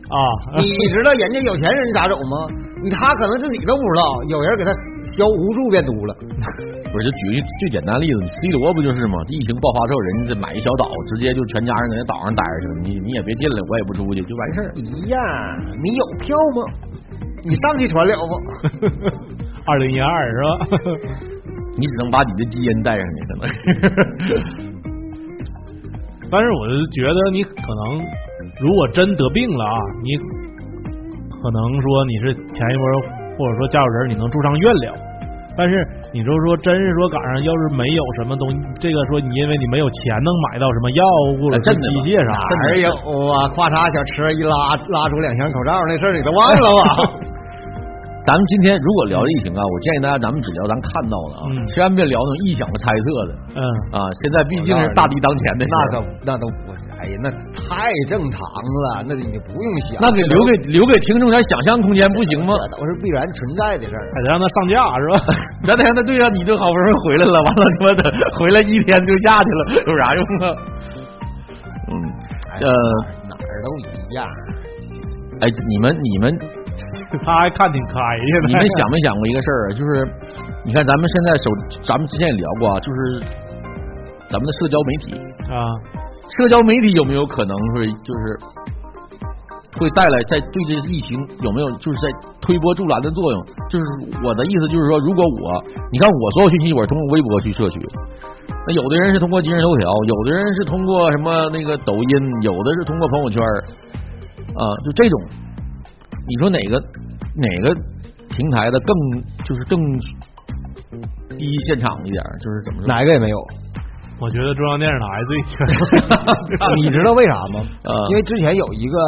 啊， 你知道人家有钱人咋走吗？你他可能自己都不知道，有人给他消无数遍毒了。 不是，就举一最简单的例子 ，C 罗不就是吗？疫情爆发之后，人家买一小岛，直接就全家人在那岛上待着去了，你你也别进来，我也不出去，就完事儿。 一样，你有票吗？你上去传了吗？ 二零一二是吧？ 你只能把你的基因带上去，可能。 但是我就觉得你可能，如果真得病了啊，你可能说你是前一波或者说家有人，你能住上院了。但是你就说真是说赶上要是没有什么东西，这个说你因为你没有钱能买到什么药物或者是机械啥， 哪有啊？挎嚓小车一拉拉出两箱口罩那事儿你都忘了吧？ 咱们今天如果聊疫情啊，我建议大家咱们只聊咱看到的啊，嗯、千万别聊那种臆想和猜测的。嗯啊，现在毕竟是大敌当前的， 那可那都不，哎呀，那太正常了，那你不用想， 那给留给留给听众点想象空间不行吗？ 这都是必然存在的事儿， 还得让他上架是吧？ 咱得让他对啊，你就好不容易回来了，完了他妈的回来一天就下去了，有啥用啊？嗯，呃， 哪儿都一样。 哎，你们你们。 他还看挺开呀！ 你们想没想过一个事儿？就是你看咱们现在手，咱们之前也聊过啊，就是咱们的社交媒体啊， 社交媒体有没有可能会就是会带来在对这疫情有没有就是在推波助澜的作用？就是我的意思就是说，如果我你看我所有信息我是通过微博去摄取，那有的人是通过今日头条，有的人是通过什么那个抖音，有的是通过朋友圈啊，就这种。你说哪个哪个平台的更就是更第一现场一点？就是怎么说？ 哪个也没有。 我觉得中央电视台最全。 你知道为啥吗？ 呃、 因为之前有一个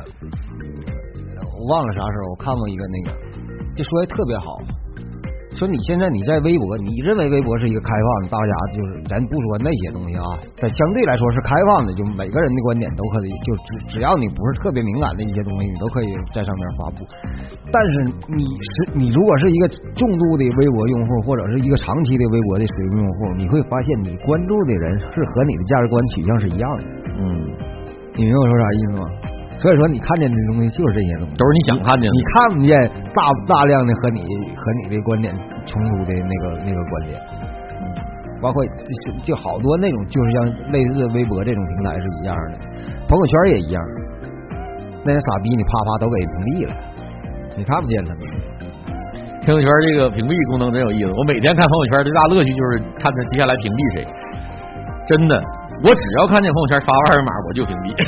我忘了啥时候，我看过一个那个，就说的特别好。说你现在你在微博，你认为微博是一个开放的，大家就是咱不说那些东西啊，但相对来说是开放的，就每个人的观点都可以，就只只要你不是特别敏感的一些东西，你都可以在上面发布。但是你是你如果是一个重度的微博用户，或者是一个长期的微博的使用用户，你会发现你关注的人是和你的价值观取向是一样的。 嗯， 你明白我说啥意思吗？所以说你看见的东西就是这些东西， 都是你想看见的， 你看不见大大量的和你和你的观点冲突的那个那个观点，嗯，包括就好多那种就是像类似微博这种平台是一样的，朋友圈也一样，那些傻逼你啪啪都给屏蔽了，你看不见他们。 朋友圈这个屏蔽功能真有意思，我每天看朋友圈最大乐趣就是看他接下来屏蔽谁，真的，我只要看见朋友圈发二维码我就屏蔽。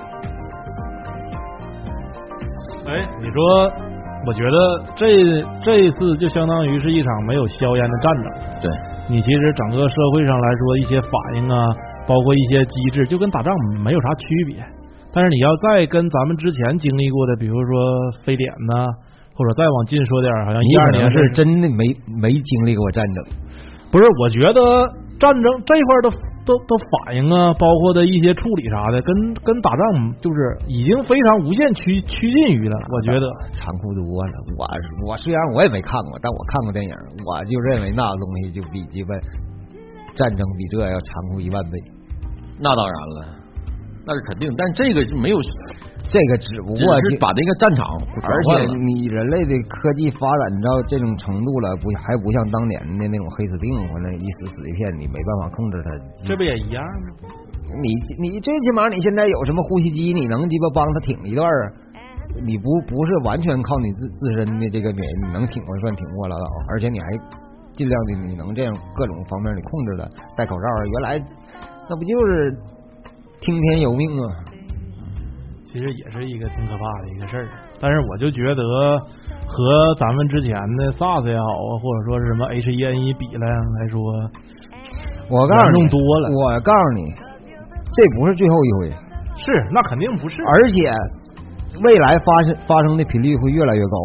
哎，你说，我觉得这这一次就相当于是一场没有硝烟的战争。 对， 你其实整个社会上来说，一些反应啊，包括一些机制，就跟打仗没有啥区别。但是你要再跟咱们之前经历过的，比如说非典呐，或者再往近说点，好像一二年是真的没没经历过战争。 不是，我觉得战争这块的。都都反应啊，包括的一些处理啥的，跟跟打仗就是已经非常无限趋趋近于了。我觉得残酷多了。我我虽然我也没看过，但我看过电影，我就认为那东西就比基本战争比这要残酷一万倍。 那当然了，那是肯定。但这个是没有， 这个只不过是把这个战场， 而且你人类的科技发展到这种程度了，不还不像当年的那种黑死病或者一死死一片，你没办法控制它。 这不也一样吗？ 你你最起码你现在有什么呼吸机，你能鸡巴帮他挺一段儿，你不不是完全靠你自自身的这个免疫，你能挺过算挺过了了，而且你还尽量的你能这样各种方面你控制了，戴口罩，原来那不就是听天由命吗？ 其实也是一个挺可怕的一个事儿，但是我就觉得和咱们之前的 SARS 也好啊，或者说是什么 H 一N 一 比来来说， 我告诉你， 弄多了。 我告诉你，这不是最后一回， 是那肯定不是， 而且未来发生发生的频率会越来越高。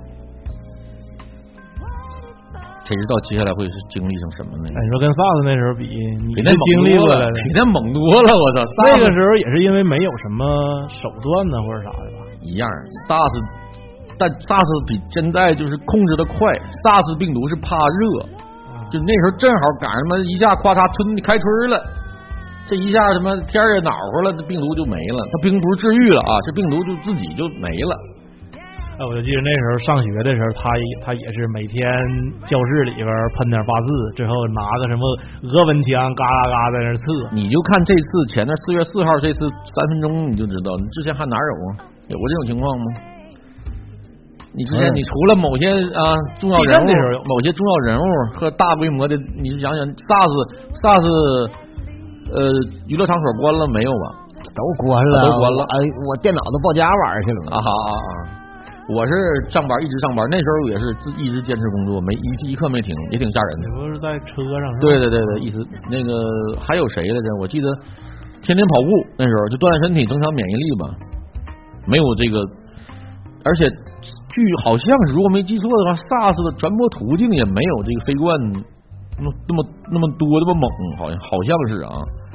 谁知道接下来会是经历成什么呢？ 哎，你说跟 SARS 那时候比，你比那经历过了， 比那猛多了。我操， 那个时候也是因为没有什么手段呢，或者啥的吧？ 一样 ，SARS， 但 SARS 比现在就是控制的快。SARS 病毒是怕热，嗯、就那时候正好赶上什么一下咔嚓春开春了， 这一下他妈天儿也暖和了，这病毒就没了。它并不是治愈了啊，这病毒就自己就没了。 哎，我就记得那时候上学的时候，他他也是每天教室里边喷点八字，最后拿个什么额温枪，嘎嘎嘎在那刺。 你就看这次前段四月四号这次三分钟，你就知道，你之前还哪有啊？有过这种情况吗？你之前你除了某些啊重要人物，某些重要人物和大规模的，你就想想 SARS SARS 呃娱乐场所关了没有吧？ 都关了， 都关了。 哎，我电脑都报家玩去了。 啊哈啊啊！我是上班一直上班，那时候也是自一直坚持工作，没一一刻没停，也挺吓人的。 你不是在车上？ 对对对对，意思那个还有谁来着？我记得天天跑步那时候就锻炼身体，增强免疫力吧。没有这个，而且据好像是如果没记错的话 ，SARS 的传播途径也没有这个飞冠那么那么那么多那么猛，好像好像是啊。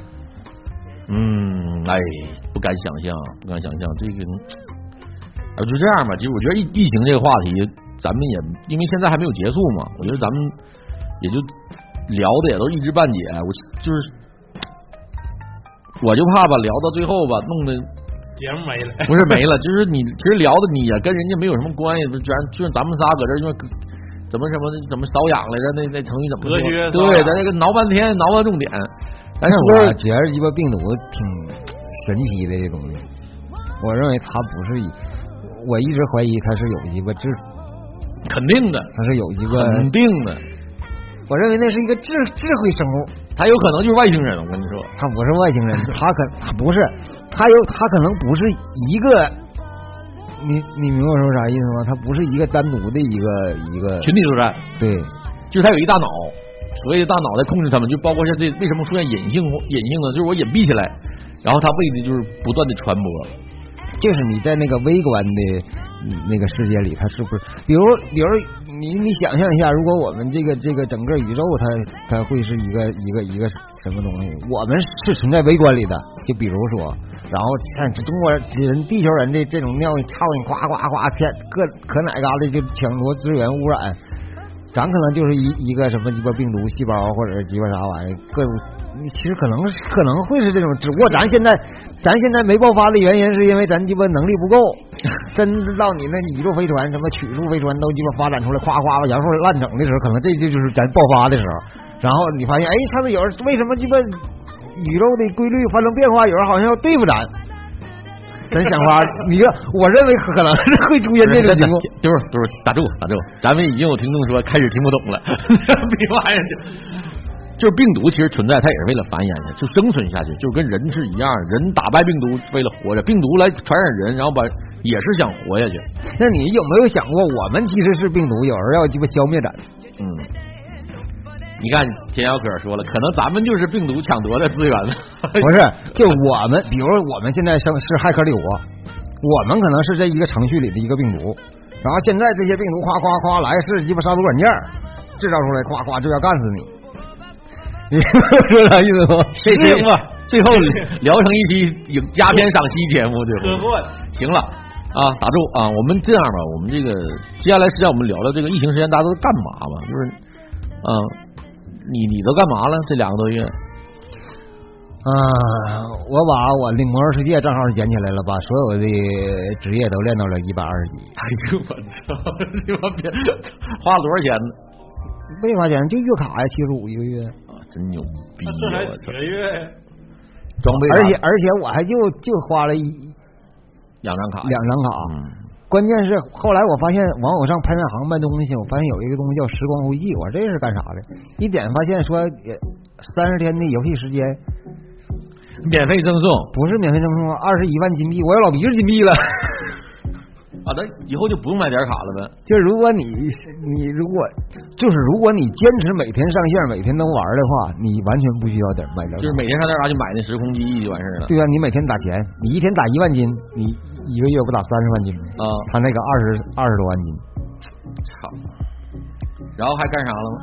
嗯，哎，不敢想象，不敢想象这个。就这样吧，其实我觉得疫疫情这个话题，咱们也因为现在还没有结束嘛，我觉得咱们也就聊的也都一知半解。我就是，我就怕吧，聊到最后吧，弄得节目没了， 不是没了，就是你其实聊的你也跟人家没有什么关系，不然就像咱们仨搁这因为怎么什么怎么瘙痒来着，那那成语怎么说？对，咱这个挠半天挠到重点。 但是我觉得鸡巴病毒挺神奇的这东西，我认为它不是以。我一直怀疑它是有一个智， 肯定的， 它是有一个肯定的。 我认为那是一个智智慧生物， 它有可能就是外星人。我跟你说， 它不是外星人，它可它不是，它有它可能不是一个，你你明白我说啥意思吗？它不是一个单独的一个一个群体作战， 对， 就是它有一大脑，所谓的大脑在控制他们，就包括像这为什么出现隐性隐性呢？就是我隐蔽起来，然后它为的就是不断的传播。 就是你在那个微观的那个世界里，它是不是？比如，比如你你想象一下，如果我们这个这个整个宇宙它它会是一个一个一个什么东西？我们是存在微观里的，就比如说，然后看中国人、地球人的这种尿操你夸夸夸，天各可哪嘎的就抢夺资源污染，咱可能就是一一个什么鸡巴病毒细胞或者是鸡巴啥玩意儿各种。其实可能可能会是这种，只不过咱现在咱现在没爆发的原因，是因为咱鸡巴能力不够。真到你那宇宙飞船、什么曲速飞船都鸡巴发展出来，夸夸然后烂整的时候，可能这这就是咱爆发的时候。然后你发现，哎，他们有人为什么鸡巴宇宙的规律发生变化，有人好像要对付咱。咱想法，你看，我认为可能是会出现这种情况。 就是就是打住打住，咱们已经有听众说开始听不懂了，别玩意儿。就是病毒其实存在，它也是为了繁衍的，就生存下去，就是跟人是一样，人打败病毒为了活着，病毒来传染人，然后把也是想活下去。 那你有没有想过，我们其实是病毒，有人要鸡巴消灭咱？ 嗯，你看田小可说了，可能咱们就是病毒抢夺的资源了。 不是，就我们，比如我们现在是是骇客帝国，我们可能是这一个程序里的一个病毒，然后现在这些病毒夸夸夸来是鸡巴杀毒软件制造出来，夸夸就要干死你。你说啥意思吗？ 这行吧，最后聊成一期鸦片赏析节目，对不对？行了啊，打住啊！我们这样吧，我们这个接下来时间我们聊聊这个疫情时间大家都干嘛吧？就是，嗯、啊，你你都干嘛了？这两个多月？ 啊，我把我的魔兽世界账号捡起来了，把所有的职业都练到了一百二十级。 哎呦我操！你妈别花了多少钱呢？ 没花钱，就月卡呀，七十五一个月。 真牛逼！ 这才几个月， 装备， 而且而且我还就就花了一两张卡， 两张卡。 嗯， 关键是后来我发现网友上拍卖行卖东西，我发现有一个东西叫时光回忆，我说这是干啥的？一点发现说三十天的游戏时间， 免费赠送， 不是免费赠送，二十一万金币，我要老鼻子金币了。 啊，那以后就不用买点卡了呗。 就是如果你你如果就是如果你坚持每天上线，每天都玩的话，你完全不需要点买点卡， 就是每天上点啥去买那时空记忆就完事了。 对啊，你每天打钱，你一天打一万金，你一个月不打三十万金吗？ 啊， 他那个二十二十多万金， 操！然后还干啥了吗？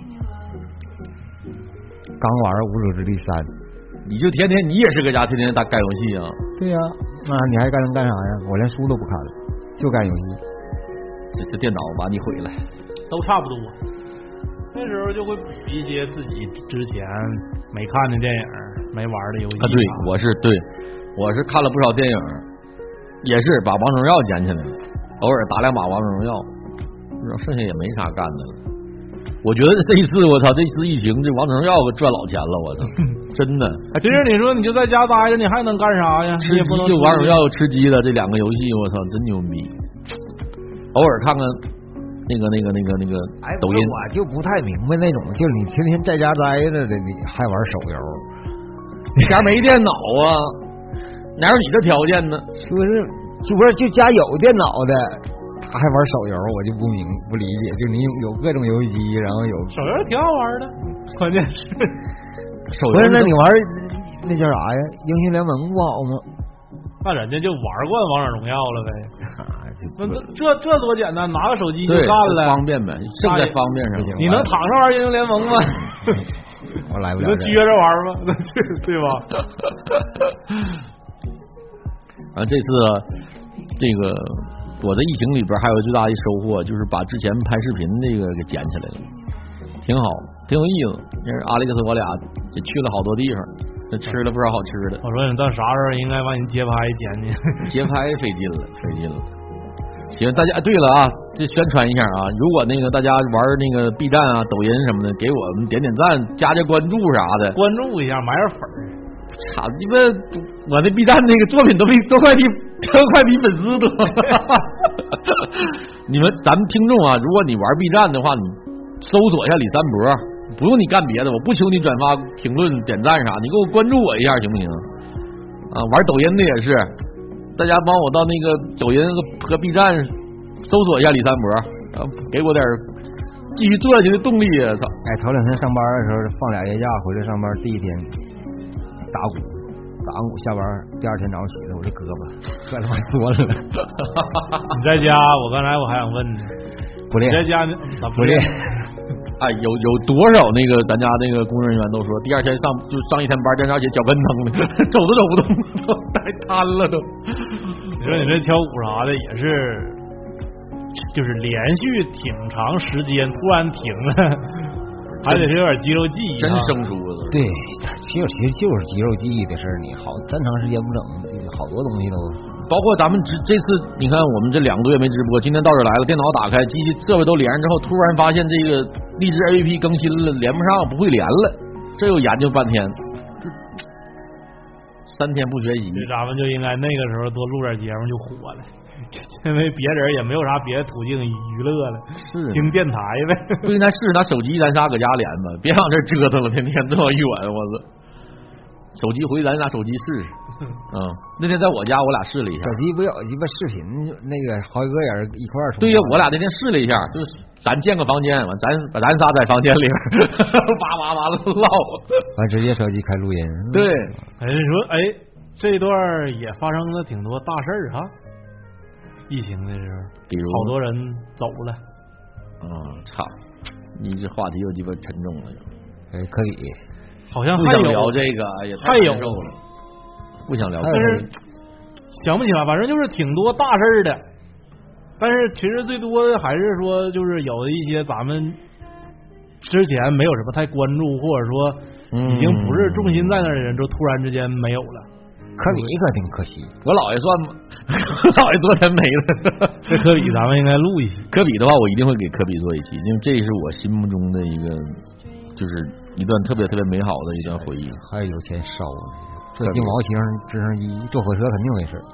刚玩《无主之地三》， 你就天天你也是搁家天天打干游戏啊？ 对呀、啊，那你还干能干啥呀？我连书都不看了，就干游戏。 这这电脑把你毁了， 都差不多。那时候就会补一些自己之前没看的电影， 没玩的游戏啊。对，我是对，我是看了不少电影，也是把王者荣耀捡起来了，偶尔打两把王者荣耀，不知道剩下也没啥干的了。我觉得这一次我操，这次疫情这王者荣耀可赚老钱了，我操，真的。 其实你说你就在家待着，你还能干啥呀？ 吃鸡就王者荣耀有吃鸡的这两个游戏，我操，真牛逼。偶尔看看那个那个那个那个抖音， 我就不太明白那种，就是你天天在家待着的，你还玩手游， 你家没电脑啊？哪有你这条件呢？ 是不是？就不是就家有电脑的，他还玩手游，我就不明不理解。就你有有各种游戏机，然后有手游挺好玩的，关键是手游。 不是，那你玩那叫啥呀？英雄联盟不好吗？ 那人家就玩惯王者荣耀了呗。那这这多简单，拿个手机就干了， 方便呗，胜在方便上。 你能躺上玩英雄联盟吗？ 我来不了。 你能撅着玩吗？对吧？ 啊，这次这个我在疫情里边还有最大的收获，就是把之前拍视频那个给捡起来了，挺好，挺有意思。因为阿历克斯我俩也去了好多地方，吃了不少好吃的。 我说你到啥时候应该把你街拍捡去？ 街拍费劲了，费劲了。行，大家对了啊，这宣传一下啊，如果那个大家玩那个 B 站啊、抖音什么的，给我们点点赞、加加关注啥的， 关注一下，买点粉儿。 操你们！我那 B 站那个作品都比都快比都快比粉丝多。你们咱们听众啊，如果你玩 B 站的话，你搜索一下李三博，不用你干别的，我不求你转发、评论、点赞啥，你给我关注我一下行不行？啊，玩抖音的也是。大家帮我到那个抖音和 B 站搜索一下李三博，啊，给我点继续做下去的动力。操！ 哎，头两天上班的时候放俩夜假，回来上班第一天打鼓，打完鼓下班，第二天早上起来我这胳膊快他妈缩了。 你在家？我刚才我还想问你， 不练？ 你在家咋不练？ 哎，有有多少那个咱家那个工作人员都说，第二天上就上一天班，第二天脚跟疼的，走都走不动，都太瘫了都。 你说你这敲鼓啥的也是，就是连续挺长时间突然停了，还得是有点肌肉记忆， 真生疏了。 对，其实其实就是肌肉记忆的事儿，你好tan长时间不整，好多东西都。 包括咱们这这次，你看我们这两个多月没直播，今天到这来了，电脑打开，机器设备都连上之后，突然发现这个荔枝 A P P 更新了，连不上，不会连了，这又研究半天，三天不学习。 这咱们就应该那个时候多录点节目就火了，因为别人也没有啥别的途径娱乐了， 是听电台呗。 不应该试试拿手机咱仨搁家连吧，别往这折腾了，天天这么远，我操！手机回去咱拿手机试试。嗯，那天在我家我俩试了一下， 手机不有鸡巴视频那个好几个人一块儿。 对呀，我俩那天试了一下，就是咱建个房间，完咱把咱仨在房间里边哇哇哇唠， 完直接手机开录音。 对， 哎说哎这一段也发生了挺多大事儿哈，疫情的时候， 比如好多人走了。 啊、嗯，操！你这话题又鸡巴沉重了， 哎，科比。 好像不想聊这个，也还有了，不想聊， 但是想不起来，反正就是挺多大事的。但是其实最多的还是说，就是有一些咱们之前没有什么太关注，或者说已经不是重心在那儿的人，就突然之间没有了。 科比可挺可惜， 我姥爷算吗？我姥爷昨天没了。 这科比咱们应该录一期。 科比的话，我一定会给科比做一期，因为这是我心目中的一个，就是一段特别特别美好的一段回忆。 还有钱烧呢，坐鸡毛型直升机，坐火车肯定没事。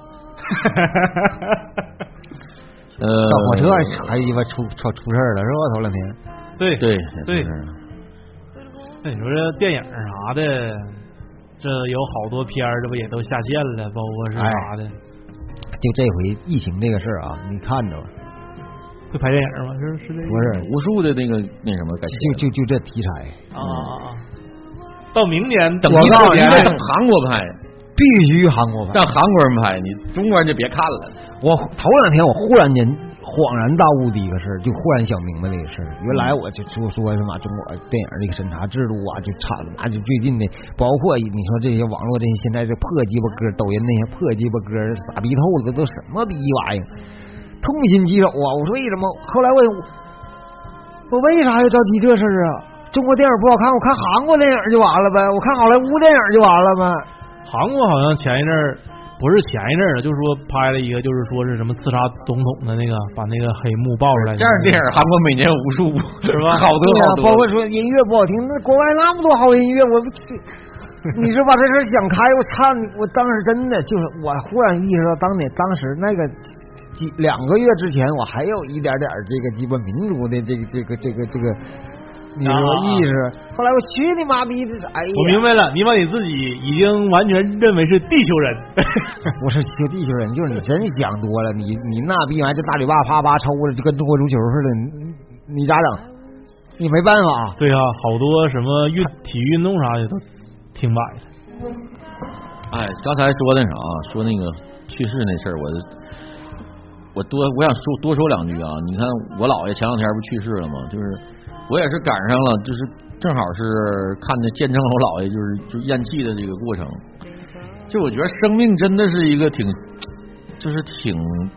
呃， 上火车还鸡巴出出出事了是吧？头两天。 对对对。那你说这电影啥的，这有好多片儿，这不也都下线了，包括是啥的。 哎、就这回疫情这个事儿啊，你看着吧。 会拍电影吗？是是这个？ 不是， 无数的那个那什么感觉，就就就这题材啊啊啊！到明年等我告诉你，得等韩国拍， 必须韩国拍， 让韩国人拍，你中国人就别看了。 我头两天我忽然间恍然大悟的一个事儿，就忽然想明白了一个事儿。原来我就说说什么中国电影这个审查制度啊，就差了，那就最近的，包括你说这些网络这些现在这破鸡巴歌，抖音那些破鸡巴歌，傻逼透了，都什么逼玩意儿？痛心疾首啊！我说为什么？后来我我为啥要着急这事儿啊？ 中国电影不好看，我看韩国电影就完了呗，我看好莱坞电影就完了呗。 韩国好像前一阵儿不是前一阵儿了，就是说拍了一个，就是说是什么刺杀总统的那个，把那个黑幕爆出来。 这样电影韩国每年无数部是吧？ 好多好多。 包括说音乐不好听，那国外那么多好音乐，我你是把这事想开，我操！我当时真的就是，我忽然意识到，当年当时那个几两个月之前，我还有一点点这个基本民族的这个这个这个这个。你说意识，后来我去你妈逼的！哎呀， 我明白了，你把你自己已经完全认为是地球人， 不是就地球人，就是你真想多了。你你那逼玩意儿，这大嘴巴啪啪抽的，就跟中国足球似的，你你咋整？你没办法。 对啊，好多什么运体育运动啥的都挺摆的。 哎，刚才说那啥，说那个去世那事儿，我我多我想说多说两句啊。你看我姥爷前两天不去世了吗？就是。我也是赶上了，就是正好是看着见证了我姥爷就是就咽气的这个过程。就我觉得生命真的是一个挺，就是挺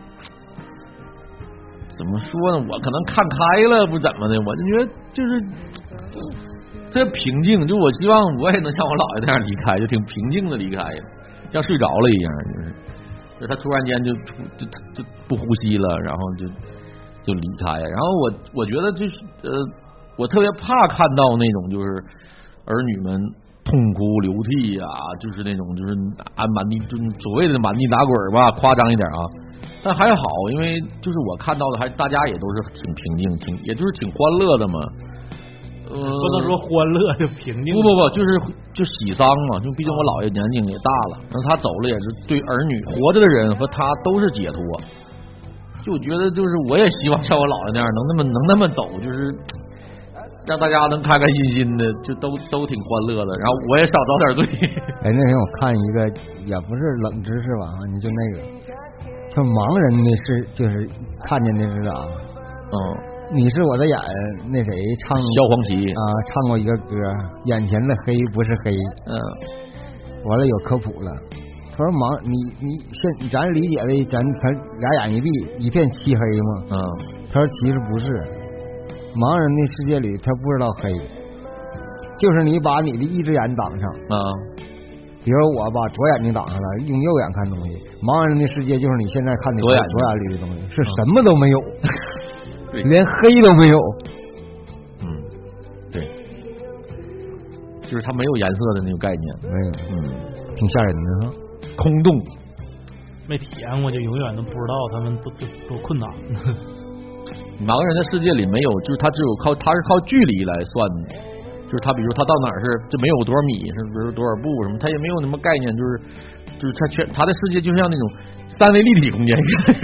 怎么说呢？我可能看开了不怎么的，我就觉得就是这平静。就我希望我也能像我姥爷那样离开，就挺平静的离开，像睡着了一样，就是就他突然间就出就就不呼吸了，然后就就离开。然后我我觉得就是呃。我特别怕看到那种就是儿女们痛哭流涕啊，就是那种就是按满地就是所谓的满地打滚吧，夸张一点啊。但还好，因为就是我看到的还大家也都是挺平静，挺也就是挺欢乐的嘛。呃， 不能说欢乐就平静。 不不不，就是就喜丧嘛，就毕竟我姥爷年龄也大了，那他走了也是对儿女活着的人和他都是解脱。就我觉得就是我也希望像我姥爷那样能那么能那么走，就是。让大家能开开心心的，就都都挺欢乐的，然后我也少遭点罪。 哎，那天我看一个也不是冷知识吧，你就那个，像盲人的是就是看见的是啥？ 嗯， 你是我的眼，那谁唱萧煌奇啊，唱过一个歌，眼前的黑不是黑。 嗯， 完了有科普了，他说盲你你现咱理解的咱咱俩眼一闭一片漆黑嘛。 嗯， 他说其实不是。盲人的世界里，他不知道黑，就是你把你的一只眼挡上啊， 比如我把左眼睛挡上了，用右眼看东西。盲人的世界就是你现在看的左眼左眼里的东西，是什么都没有， 对， 连黑都没有。 嗯，对，就是它没有颜色的那种概念， 没有， 嗯， 挺吓人的哈， 空洞。 没体验过就永远都不知道他们都都多困难。 盲人的世界里没有，就是他只有靠他是靠距离来算的，就是他比如他到哪儿是就没有多少米，是不是多少步什么，他也没有什么概念，就是就是他全他的世界就像那种三维立体空间。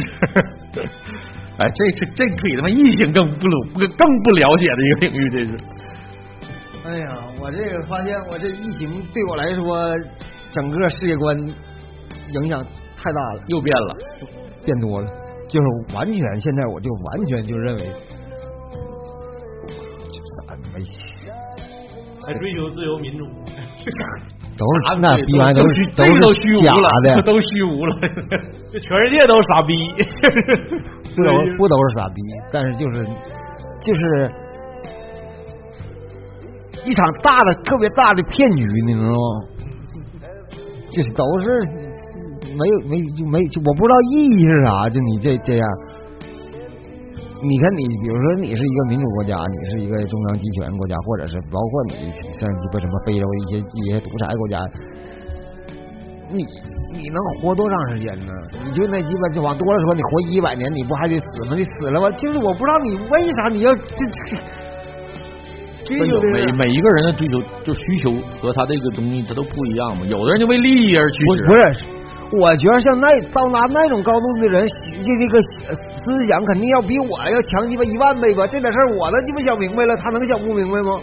哎，这是这比他妈异性更不不更不了解的一个领域，这是。 哎呀，我这个发现我这疫情对我来说整个世界观影响太大了， 又变了， 变多了。就是完全，现在我就完全就认为， 还追求自由民主， 都是那逼完都是都是虚无假的， 都虚无了， 这全世界都是傻逼， 不都不都是傻逼，但是就是就是一场大的特别大的骗局，你知道吗？就是都是。没有没就没就我不知道意义是啥，就你这这样，你看你比如说你是一个民主国家，你是一个中央集权国家，或者是包括你像鸡巴什么非洲一些一些独裁国家，你你能活多长时间呢？你就那鸡巴就往多了说，你活一百年，你不还得死吗？你死了吧？就是我不知道你为啥你要这这。追求每每一个人的追求就需求和他这个东西他都不一样嘛，有的人就为利益而驱使， 不是。我觉得像那到达那种高度的人，就这个思想肯定要比我要强鸡巴一万倍吧。这点事儿我都鸡巴想明白了，他能想不明白吗？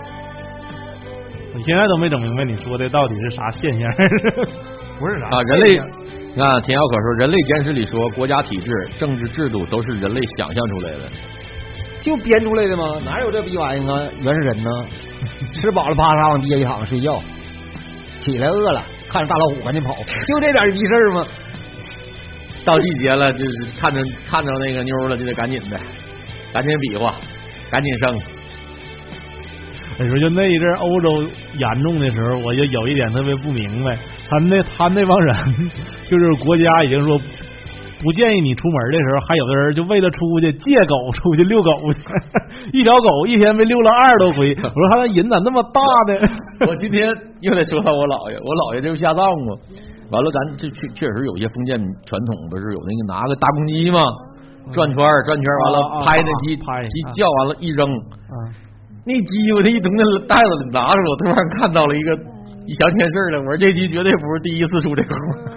我现在都没整明白你说的到底是啥现象，不是啥啊？人类，你看田小可说，人类简史里说，国家体制、政治制度都是人类想象出来的， 就编出来的吗？哪有这逼玩意儿啊？原始人呢？吃饱了啪嚓往地下一躺睡觉，起来饿了。看着大老虎赶紧跑，就这点逼事儿吗？ 到季节了，就是看着看着那个妞了，就得赶紧的，赶紧比划，赶紧生。 那时候就那一阵欧洲严重的时候，我就有一点特别不明白，他那他那帮人就是国家已经说不建议你出门的时候，还有的人就为了出去借狗出去遛狗去，一条狗一天被遛了二十多回。我说他那瘾咋那么大呢？ 我今天又得说到我姥爷，我姥爷就是下葬嘛。完了，咱这确确实有一些封建传统，不是有那个拿个大公鸡嘛，转圈转圈，完了拍那鸡，鸡叫完了，一扔，那鸡我这一从那袋子里拿出来，我突然看到了一个一想件事了，我说这鸡绝对不是第一次出这口。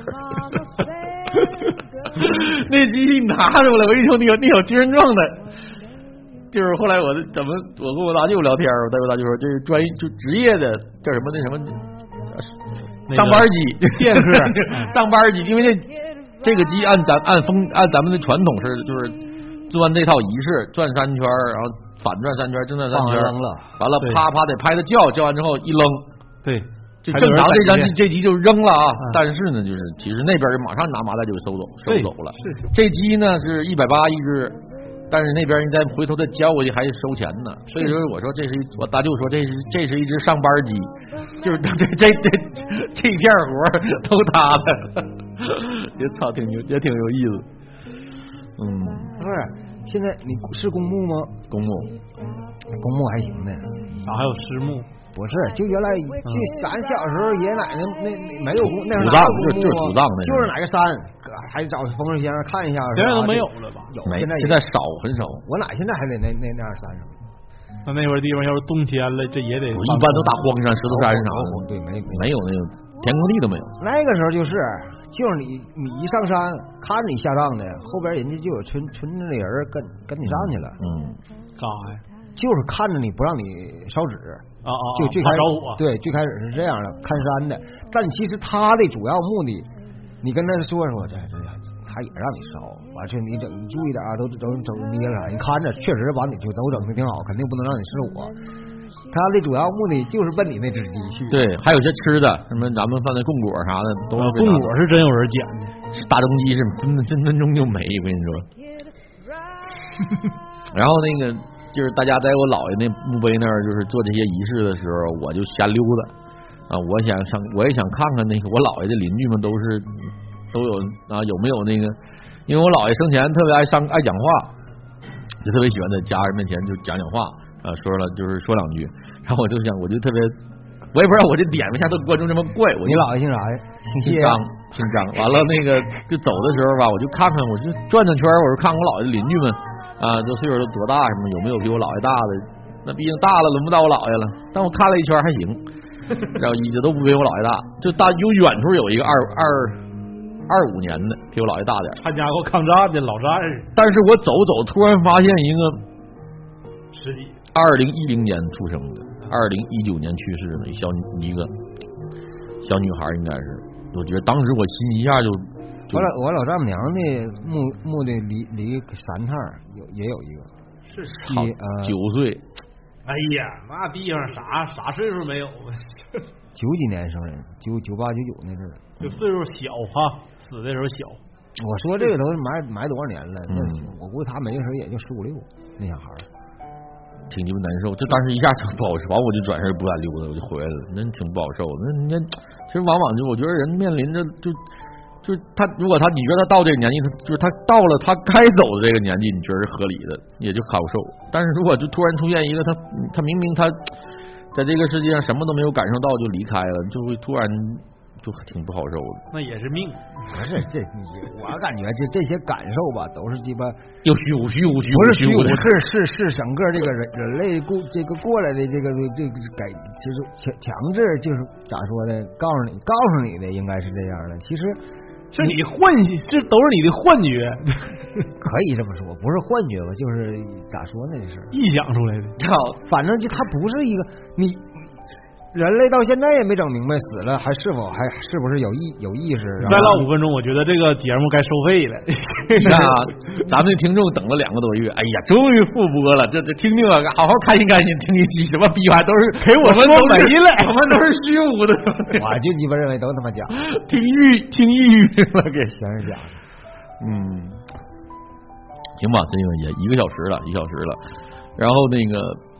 那鸡一拿出来，我一瞅那有那有精神状态，就是后来我怎么我跟我大舅聊天，我带我大舅说这是专业就职业的叫什么那什么。上班鸡， 电视上班鸡，因为这这个鸡按咱按风按咱们的传统是就是做完这套仪式，转三圈，然后反转三圈，正转三圈，完了啪啪得拍它叫，叫完之后一扔， 对， 就正常这张这鸡就扔了啊。但是呢，就是其实那边马上拿麻袋就收走收走了。这鸡呢是一百八一只。但是那边你再回头再交过去还得收钱呢，所以说我说这是我大舅说这是这是一只上班鸡，就是这这这这这片活都他的，也操挺有也挺有意思。嗯， 不是，现在你是公墓吗？ 公墓， 公墓还行的， 咋还有尸墓？ 不是，就原来就咱小时候爷爷奶奶那那没有公，那是土葬，就是就是土葬那， 就是哪个山，还找风水先生看一下。 现在都没有了吧？ 有， 现在现在少很少。 我奶现在还得那那那样山上。 那那块地方要是动迁了，这也得。 我一般都打荒山、石头山啥的， 对，没没有那种田耕地都没有。 那个时候就是就是你你一上山看着你下葬的，后边人家就有村村子里人跟跟你上去了。 嗯， 干啥呀？ 就是看着你不让你烧纸啊啊！ 就最开始着火， 对，最开始是这样的，看山的。但其实他的主要目的，你跟他说说，这这他也让你烧，完事你整你注意点啊，都都整捏啥，你看着确实把你就都整的挺好，肯定不能让你失火。他的主要目的就是奔你那只鸡去。 对，还有些吃的，什么咱们放的供果啥的，都是供果是真有人捡的， 大中鸡是分分分钟就没，我跟你说。然后那个。就是大家在我姥爷那墓碑那儿，就是做这些仪式的时候，我就瞎溜达啊！我想上，我也想看看那个我姥爷的邻居们都是都有啊，有没有那个？因为我姥爷生前特别爱上爱讲话，就特别喜欢在家人面前就讲讲话啊，说了就是说两句。然后我就想，我就特别，我也不知道我这点为啥都观众这么怪。我你姥爷姓啥呀？ 姓张，姓张。完了那个就走的时候吧，我就看看，我就转转圈，我就看我姥爷的邻居们。啊，这岁数都多大？什么有没有比我姥爷大的？那毕竟大了，轮不到我姥爷了。但我看了一圈还行，然后一直都不比我姥爷大。就大有远处有一个二二二五年的，比我姥爷大点。 参加过抗战的老战士。 但是我走走，突然发现一个十几， 二零一零年出生的，二零一九年去世的小一个小女孩，应该是。我觉得当时我心一下就。 我老我老丈母娘的墓墓的离离山趟有也有一个， 是好九岁。 哎呀，那地方啥啥岁数没有？ 九几年生人，九九八九九那阵儿， 就岁数小哈，死的时候小。 我说这个都是埋埋多少年了？那我估计他没的时候也就十五六，那小孩挺鸡巴难受。这当时一下就不好受，完我就转身不敢溜达，我就回来了。那挺不好受。那那其实往往就我觉得人面临着就。就是他，如果他你觉得他到这个年纪，他就是他到了他该走的这个年纪，你觉得是合理的，也就好受。但是如果就突然出现一个他，他明明他在这个世界上什么都没有感受到就离开了，就会突然就挺不好受的。 那也是命， 不是这你我感觉这这些感受吧，都是鸡巴又虚无虚无虚无， 不是虚无，是是是整个这个人人类过这个过来的这个这个改就是强强制就是咋说的，告诉你告诉你的应该是这样的，其实。 是你幻，这都是你的幻觉， 可以这么说，不是幻觉吧？就是咋说呢？这事臆想出来的。 好，反正就它不是一个你。人类到现在也没整明白死了还是否还是不是有意有意识。 再唠五分钟，我觉得这个节目该收费了。 你看啊，咱们的听众等了两个多月，哎呀，终于复播了，这这听听啊，好好开心开心听一期，什么逼玩都是给我们都没了， 我们都是虚无的。 我就鸡巴认为都他妈假， 听抑听抑郁了，给全是假的。 嗯，行吧，这个也一个小时了，一小时了。然后那个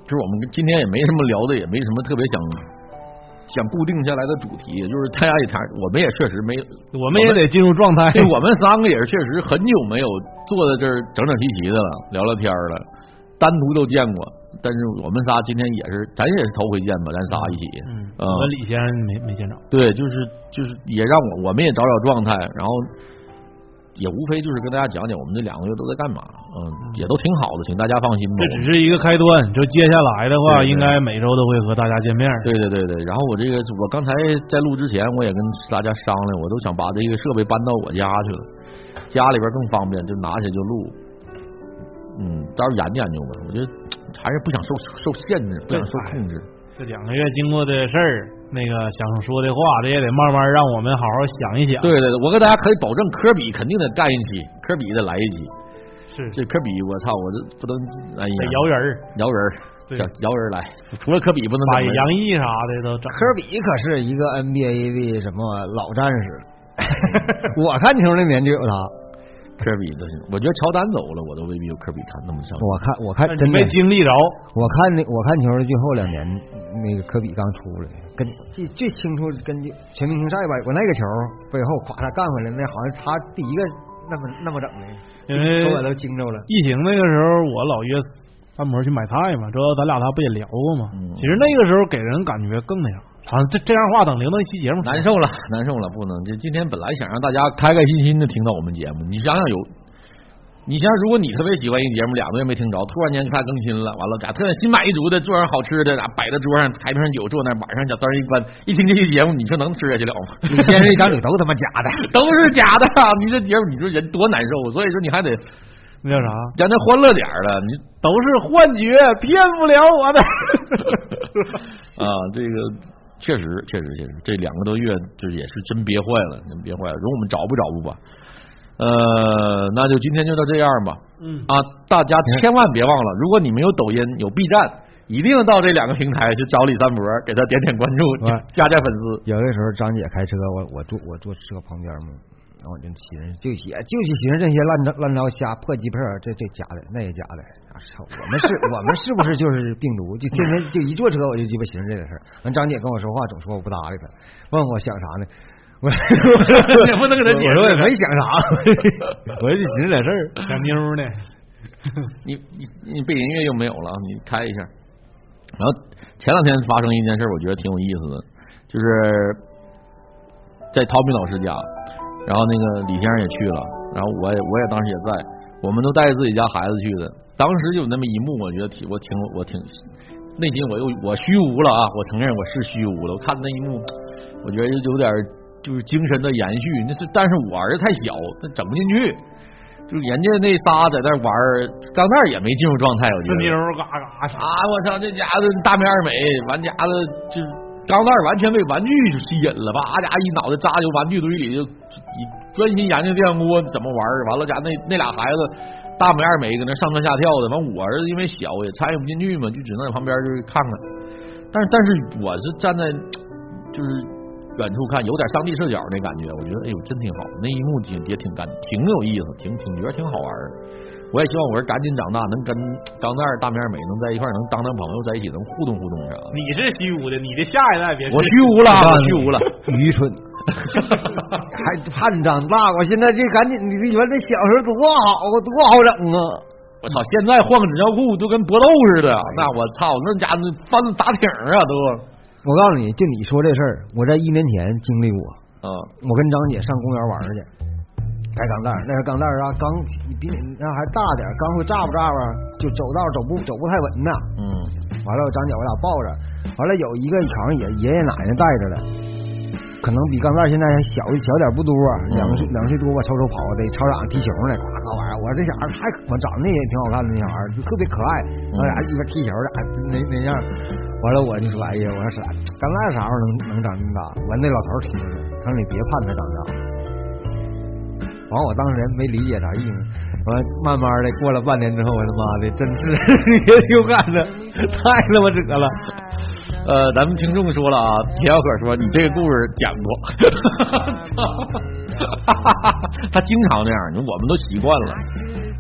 就是我们今天也没什么聊的，也没什么特别想想固定下来的主题，就是大家也谈，我们也确实没， 我们也得进入状态。 对，我们三个也是确实很久没有坐在这儿整整齐齐的了，聊聊天了，单独都见过，但是我们仨今天也是，咱也是头回见吧，咱仨一起。 嗯， 呃、 我跟李先生没没见着。 对，就是就是也让我我们也找找状态，然后。也无非就是跟大家讲讲我们这两个月都在干嘛，嗯，也都挺好的，请大家放心吧。 这只是一个开端，就接下来的话，应该每周都会和大家见面。 对对对对，然后我这个我刚才在录之前，我也跟大家商量，我都想把这个设备搬到我家去了，家里边更方便，就拿起来就录。嗯，到时候研究研究吧，我觉得还是不想受受限制，不想受控制。 这两个月经过的事儿，那个想说的话，这也得慢慢让我们好好想一想。 对对对，我跟大家可以保证，科比肯定得干一期，科比得来一期。 是这科比，我操，我这不能哎呀， 摇人儿， 摇人儿，叫摇人来。除了科比不能把杨毅啥的都整。 科比可是一个 N B A 的什么老战士，我看球那年就有他。 科比都行，我觉得乔丹走了，我都未必有科比看那么上。 我看我看真没经历着。 我看那我看球的最后两年，那个科比刚出来，跟最最清楚跟全明星赛吧，我那个球背后咵他干回来，那好像他第一个那么那么整的， 因为我都惊着了。 疫情那个时候，我老约范博去买菜嘛，之后咱俩他不也聊过嘛？嗯、其实那个时候给人感觉更那啥。啊，这这样话等零到一期节目难受了，难受了，不能。这今天本来想让大家开开心心的听到我们节目，你想想有，你想想如果你特别喜欢一个节目，两个月没听着，突然间就开始更新了，完了咋特新买一足的，做上好吃的，咋摆在桌上，开瓶酒坐那，晚上小灯一关，一听这期节目，你说能吃下去了吗？ 你电视一张嘴都他妈假的， 都是假的啊！你这节目，你说人多难受，所以说你还得。 那叫啥？ 讲那欢乐点了，你都是幻觉，骗不了我的。 啊，这个确实，确实，确实，这两个多月就是也是真憋坏了，真憋坏了。容我们找不找不吧？呃，那就今天就到这样吧。 嗯啊，大家千万别忘了，如果你们有抖音、有 B 站，一定到这两个平台去找李三博，给他点点关注，加加粉丝。 有的时候张姐开车，我我坐我坐车旁边嘛。然后我就寻思，就写就是寻思这些乱糟乱糟瞎破鸡破，这这假的，那也假的。啊，操！我们是，我们是不是就是病毒？就天天就一坐车，我就鸡巴寻思这个事儿。完，张姐跟我说话，总说我不搭理她，问我想啥呢？我也不能跟她解释， 我说我也没想啥，我就寻思点事儿， 想妞呢。 你你你背景音乐又没有了，你开一下。然后前两天发生一件事，我觉得挺有意思的，就是在陶明老师家。然后那个李先生也去了，然后我也我也当时也在，我们都带着自己家孩子去的。当时就有那么一幕，我觉得挺我挺我挺内心我又我虚无了啊！我承认我是虚无了。我看那一幕，我觉得有点就是精神的延续。那是但是我儿子太小，他整不进去。就是人家那仨在那玩，钢蛋也没进入状态，我觉得。 妞嘎嘎啥？ 我操，这家伙大明二美，完家子就是。钢蛋完全被玩具吸引了，吧家一脑袋扎进玩具堆里，就专心研究电锅怎么玩。完了家那那俩孩子大美二美搁那上蹿下跳的，完我儿子因为小也参与不进去嘛，就只能在旁边就是看看。但是但是我是站在就是远处看，有点上帝视角那感觉，我觉得哎呦真挺好，那一幕挺也挺干挺有意思，挺挺觉得挺好玩。我也希望我是赶紧长大，能跟钢蛋大明二美能在一块，能当当朋友，在一起能互动互动啥。 你是虚无的，你的下一代别是。 我虚无了，我虚无了， 愚蠢。还盼长大，我现在这赶紧，你原来小时候多好，多好整啊！ 我操，现在换个纸尿裤都跟搏斗似的，那我操，那家伙翻打挺啊都。 我告诉你，就你说这事儿，我在一年前经历过。 啊， 我跟张姐上公园玩去。开钢蛋，那是钢蛋啊，刚比你那还大点，刚会炸不炸吧？就走道走不走不太稳呐。 嗯， 完了，张姐我俩抱着，完了有一个好像也爷爷奶奶带着的，可能比钢蛋现在还小小点不多，两岁两岁多吧，抽抽跑的，操场上踢球呢，呱呱玩意儿。我说这小孩太我长得也挺好看的，那小孩就特别可爱，我俩一边踢球的，那那样。完了我就说，哎呀，我说啥钢蛋啥时候能能长这么大？完那老头听着，他说你别盼他长大。完，我当时没理解啥意思。完，慢慢的过了半年之后，我他妈的真是也有感的，太他妈扯了。 呃，咱们听众说了啊，铁小可说你这个故事讲过，他经常这样，我们都习惯了。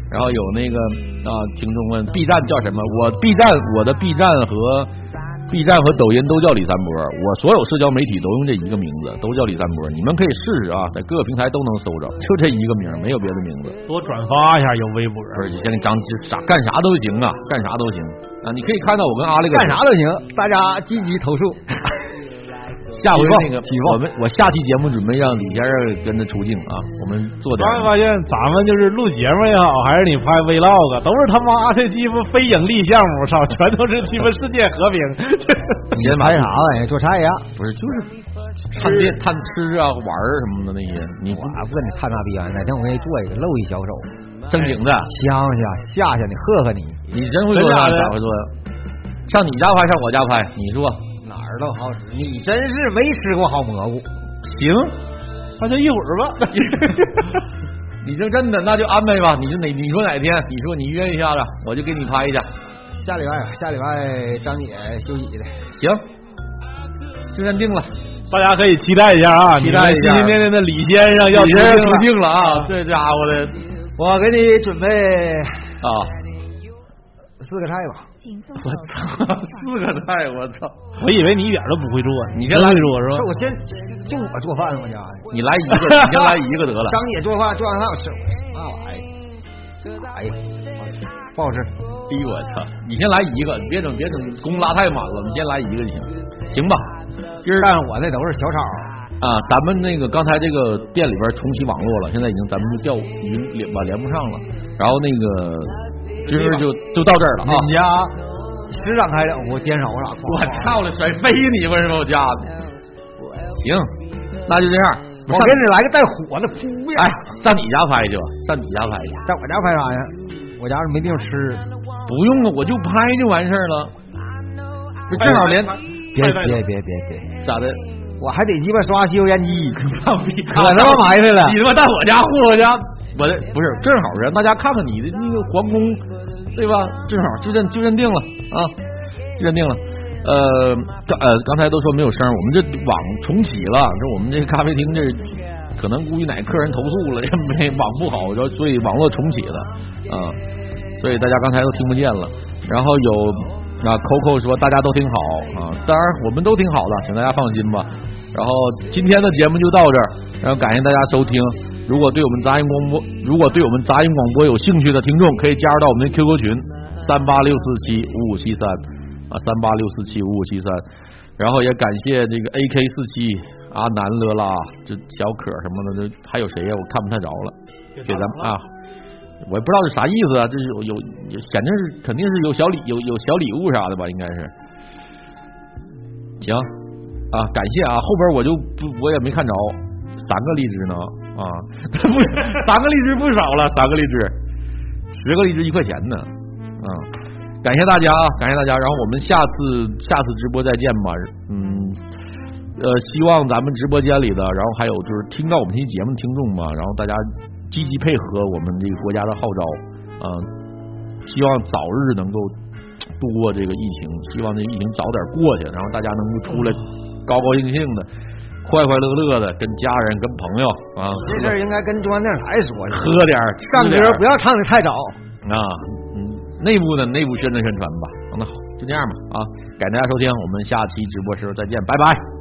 然后有那个啊，听众问 B 站叫什么？我 B 站我的 B 站和 B 站和抖音都叫李三波，我所有社交媒体都用这一个名字，都叫李三波。你们可以试试啊，在各个平台都能搜着，就这一个名，没有别的名字。 多转发一下有微博， 不是先张啥干啥都行啊，干啥都行啊。你可以看到我跟阿力干啥都行，大家积极投诉。 下回那个我们我下期节目准备让李先生跟着出镜啊，我们做点。 突然发现咱们就是录节目也好，还是你拍 vlog， 都是他妈这鸡巴非盈利项目，操，全都是鸡巴世界和平。 你这拍啥玩意？做菜呀？ 不是，就是探店、探吃啊、玩儿什么的那些。你我不跟你探那逼玩意，哪天我给你做一个，露一小手， 正经的， 香下吓吓你，吓吓你。 你真会做呀？咋会做呀？上你家拍，上我家拍，你做。 哪儿都好使，你真是没吃过好蘑菇。 行， 那就一会儿吧。 你这真的，那就安排吧。你就哪你说哪天，你说你约一下子，我就给你拍一下。 下礼拜，下礼拜张姐休息的。 行，就认定了。 大家可以期待一下啊！ 期待一下， 心心念念的李先生要出镜了啊！这家伙的， 我给你准备啊四个菜吧。 我操，四个菜，我操！ 我以为你一点都不会做， 你先来做是吧？ 我先就我做饭，我家你来一个，你先来一个得了。 张姐做饭，做完饭我吃，那玩意儿，哎呀，不好吃。 哎呦我操！你先来一个，你别整别整工拉太满了，你先来一个就行，行吧？ 今儿但是我那都是小炒啊。咱们那个刚才这个店里边重启网络了，现在已经咱们就调云连吧连不上了，然后那个。今儿就就到这儿了啊！ 你家时长开整，我颠勺啥？ 我操了，甩飞你为什么我家的？行，那就这样。 我给你来个带火的扑呀！ 哎，上你家拍去吧，上你家拍去。 在我家拍啥呀？我家是没地方吃。 不用啊，我就拍就完事儿了。不正好连别别别别别， 咋的？ 我还得鸡巴刷吸油烟机，可他妈埋汰了。 你他妈到我家户我家。我的不是正好让大家看看你的那个皇宫，对吧？正好就认就认定了啊，就认定了。呃，刚呃刚才都说没有声，我们这网重启了，这我们这咖啡厅这可能估计哪客人投诉了，也没网不好，然后所以网络重启了啊，所以大家刚才都听不见了。然后有啊 Coco 说大家都挺好啊，当然我们都挺好的，请大家放心吧。然后今天的节目就到这儿，然后感谢大家收听。如果对我们杂音广播，如果对我们杂音广播有兴趣的听众，可以加入到我们的 Q Q 群三八六四七五五七三啊，三八六四七五五七三。然后也感谢这个 A K 四七阿南乐拉，这小可什么的，这还有谁呀？我看不太着了，给咱们啊，我也不知道是啥意思啊，这是有有，反正是肯定是有小礼有有小礼物啥的吧，应该是。行啊，感谢啊，后边我就不我也没看着，三个荔枝呢。啊，不，三个荔枝不少了，三个荔枝，十个荔枝一块钱呢。啊，感谢大家啊，感谢大家。然后我们下次下次直播再见吧。嗯，呃，希望咱们直播间里的，然后还有就是听到我们这期节目的听众吧，然后大家积极配合我们这个国家的号召，啊、呃，希望早日能够度过这个疫情，希望这疫情早点过去，然后大家能够出来高高兴兴的。快快乐乐的跟家人跟朋友啊， 这事儿应该跟中央电视台说， 喝点唱歌不要唱的太早啊，嗯，内部的内部宣传宣传吧。那好，就这样吧啊，感谢大家收听，我们下期直播时候再见，拜拜。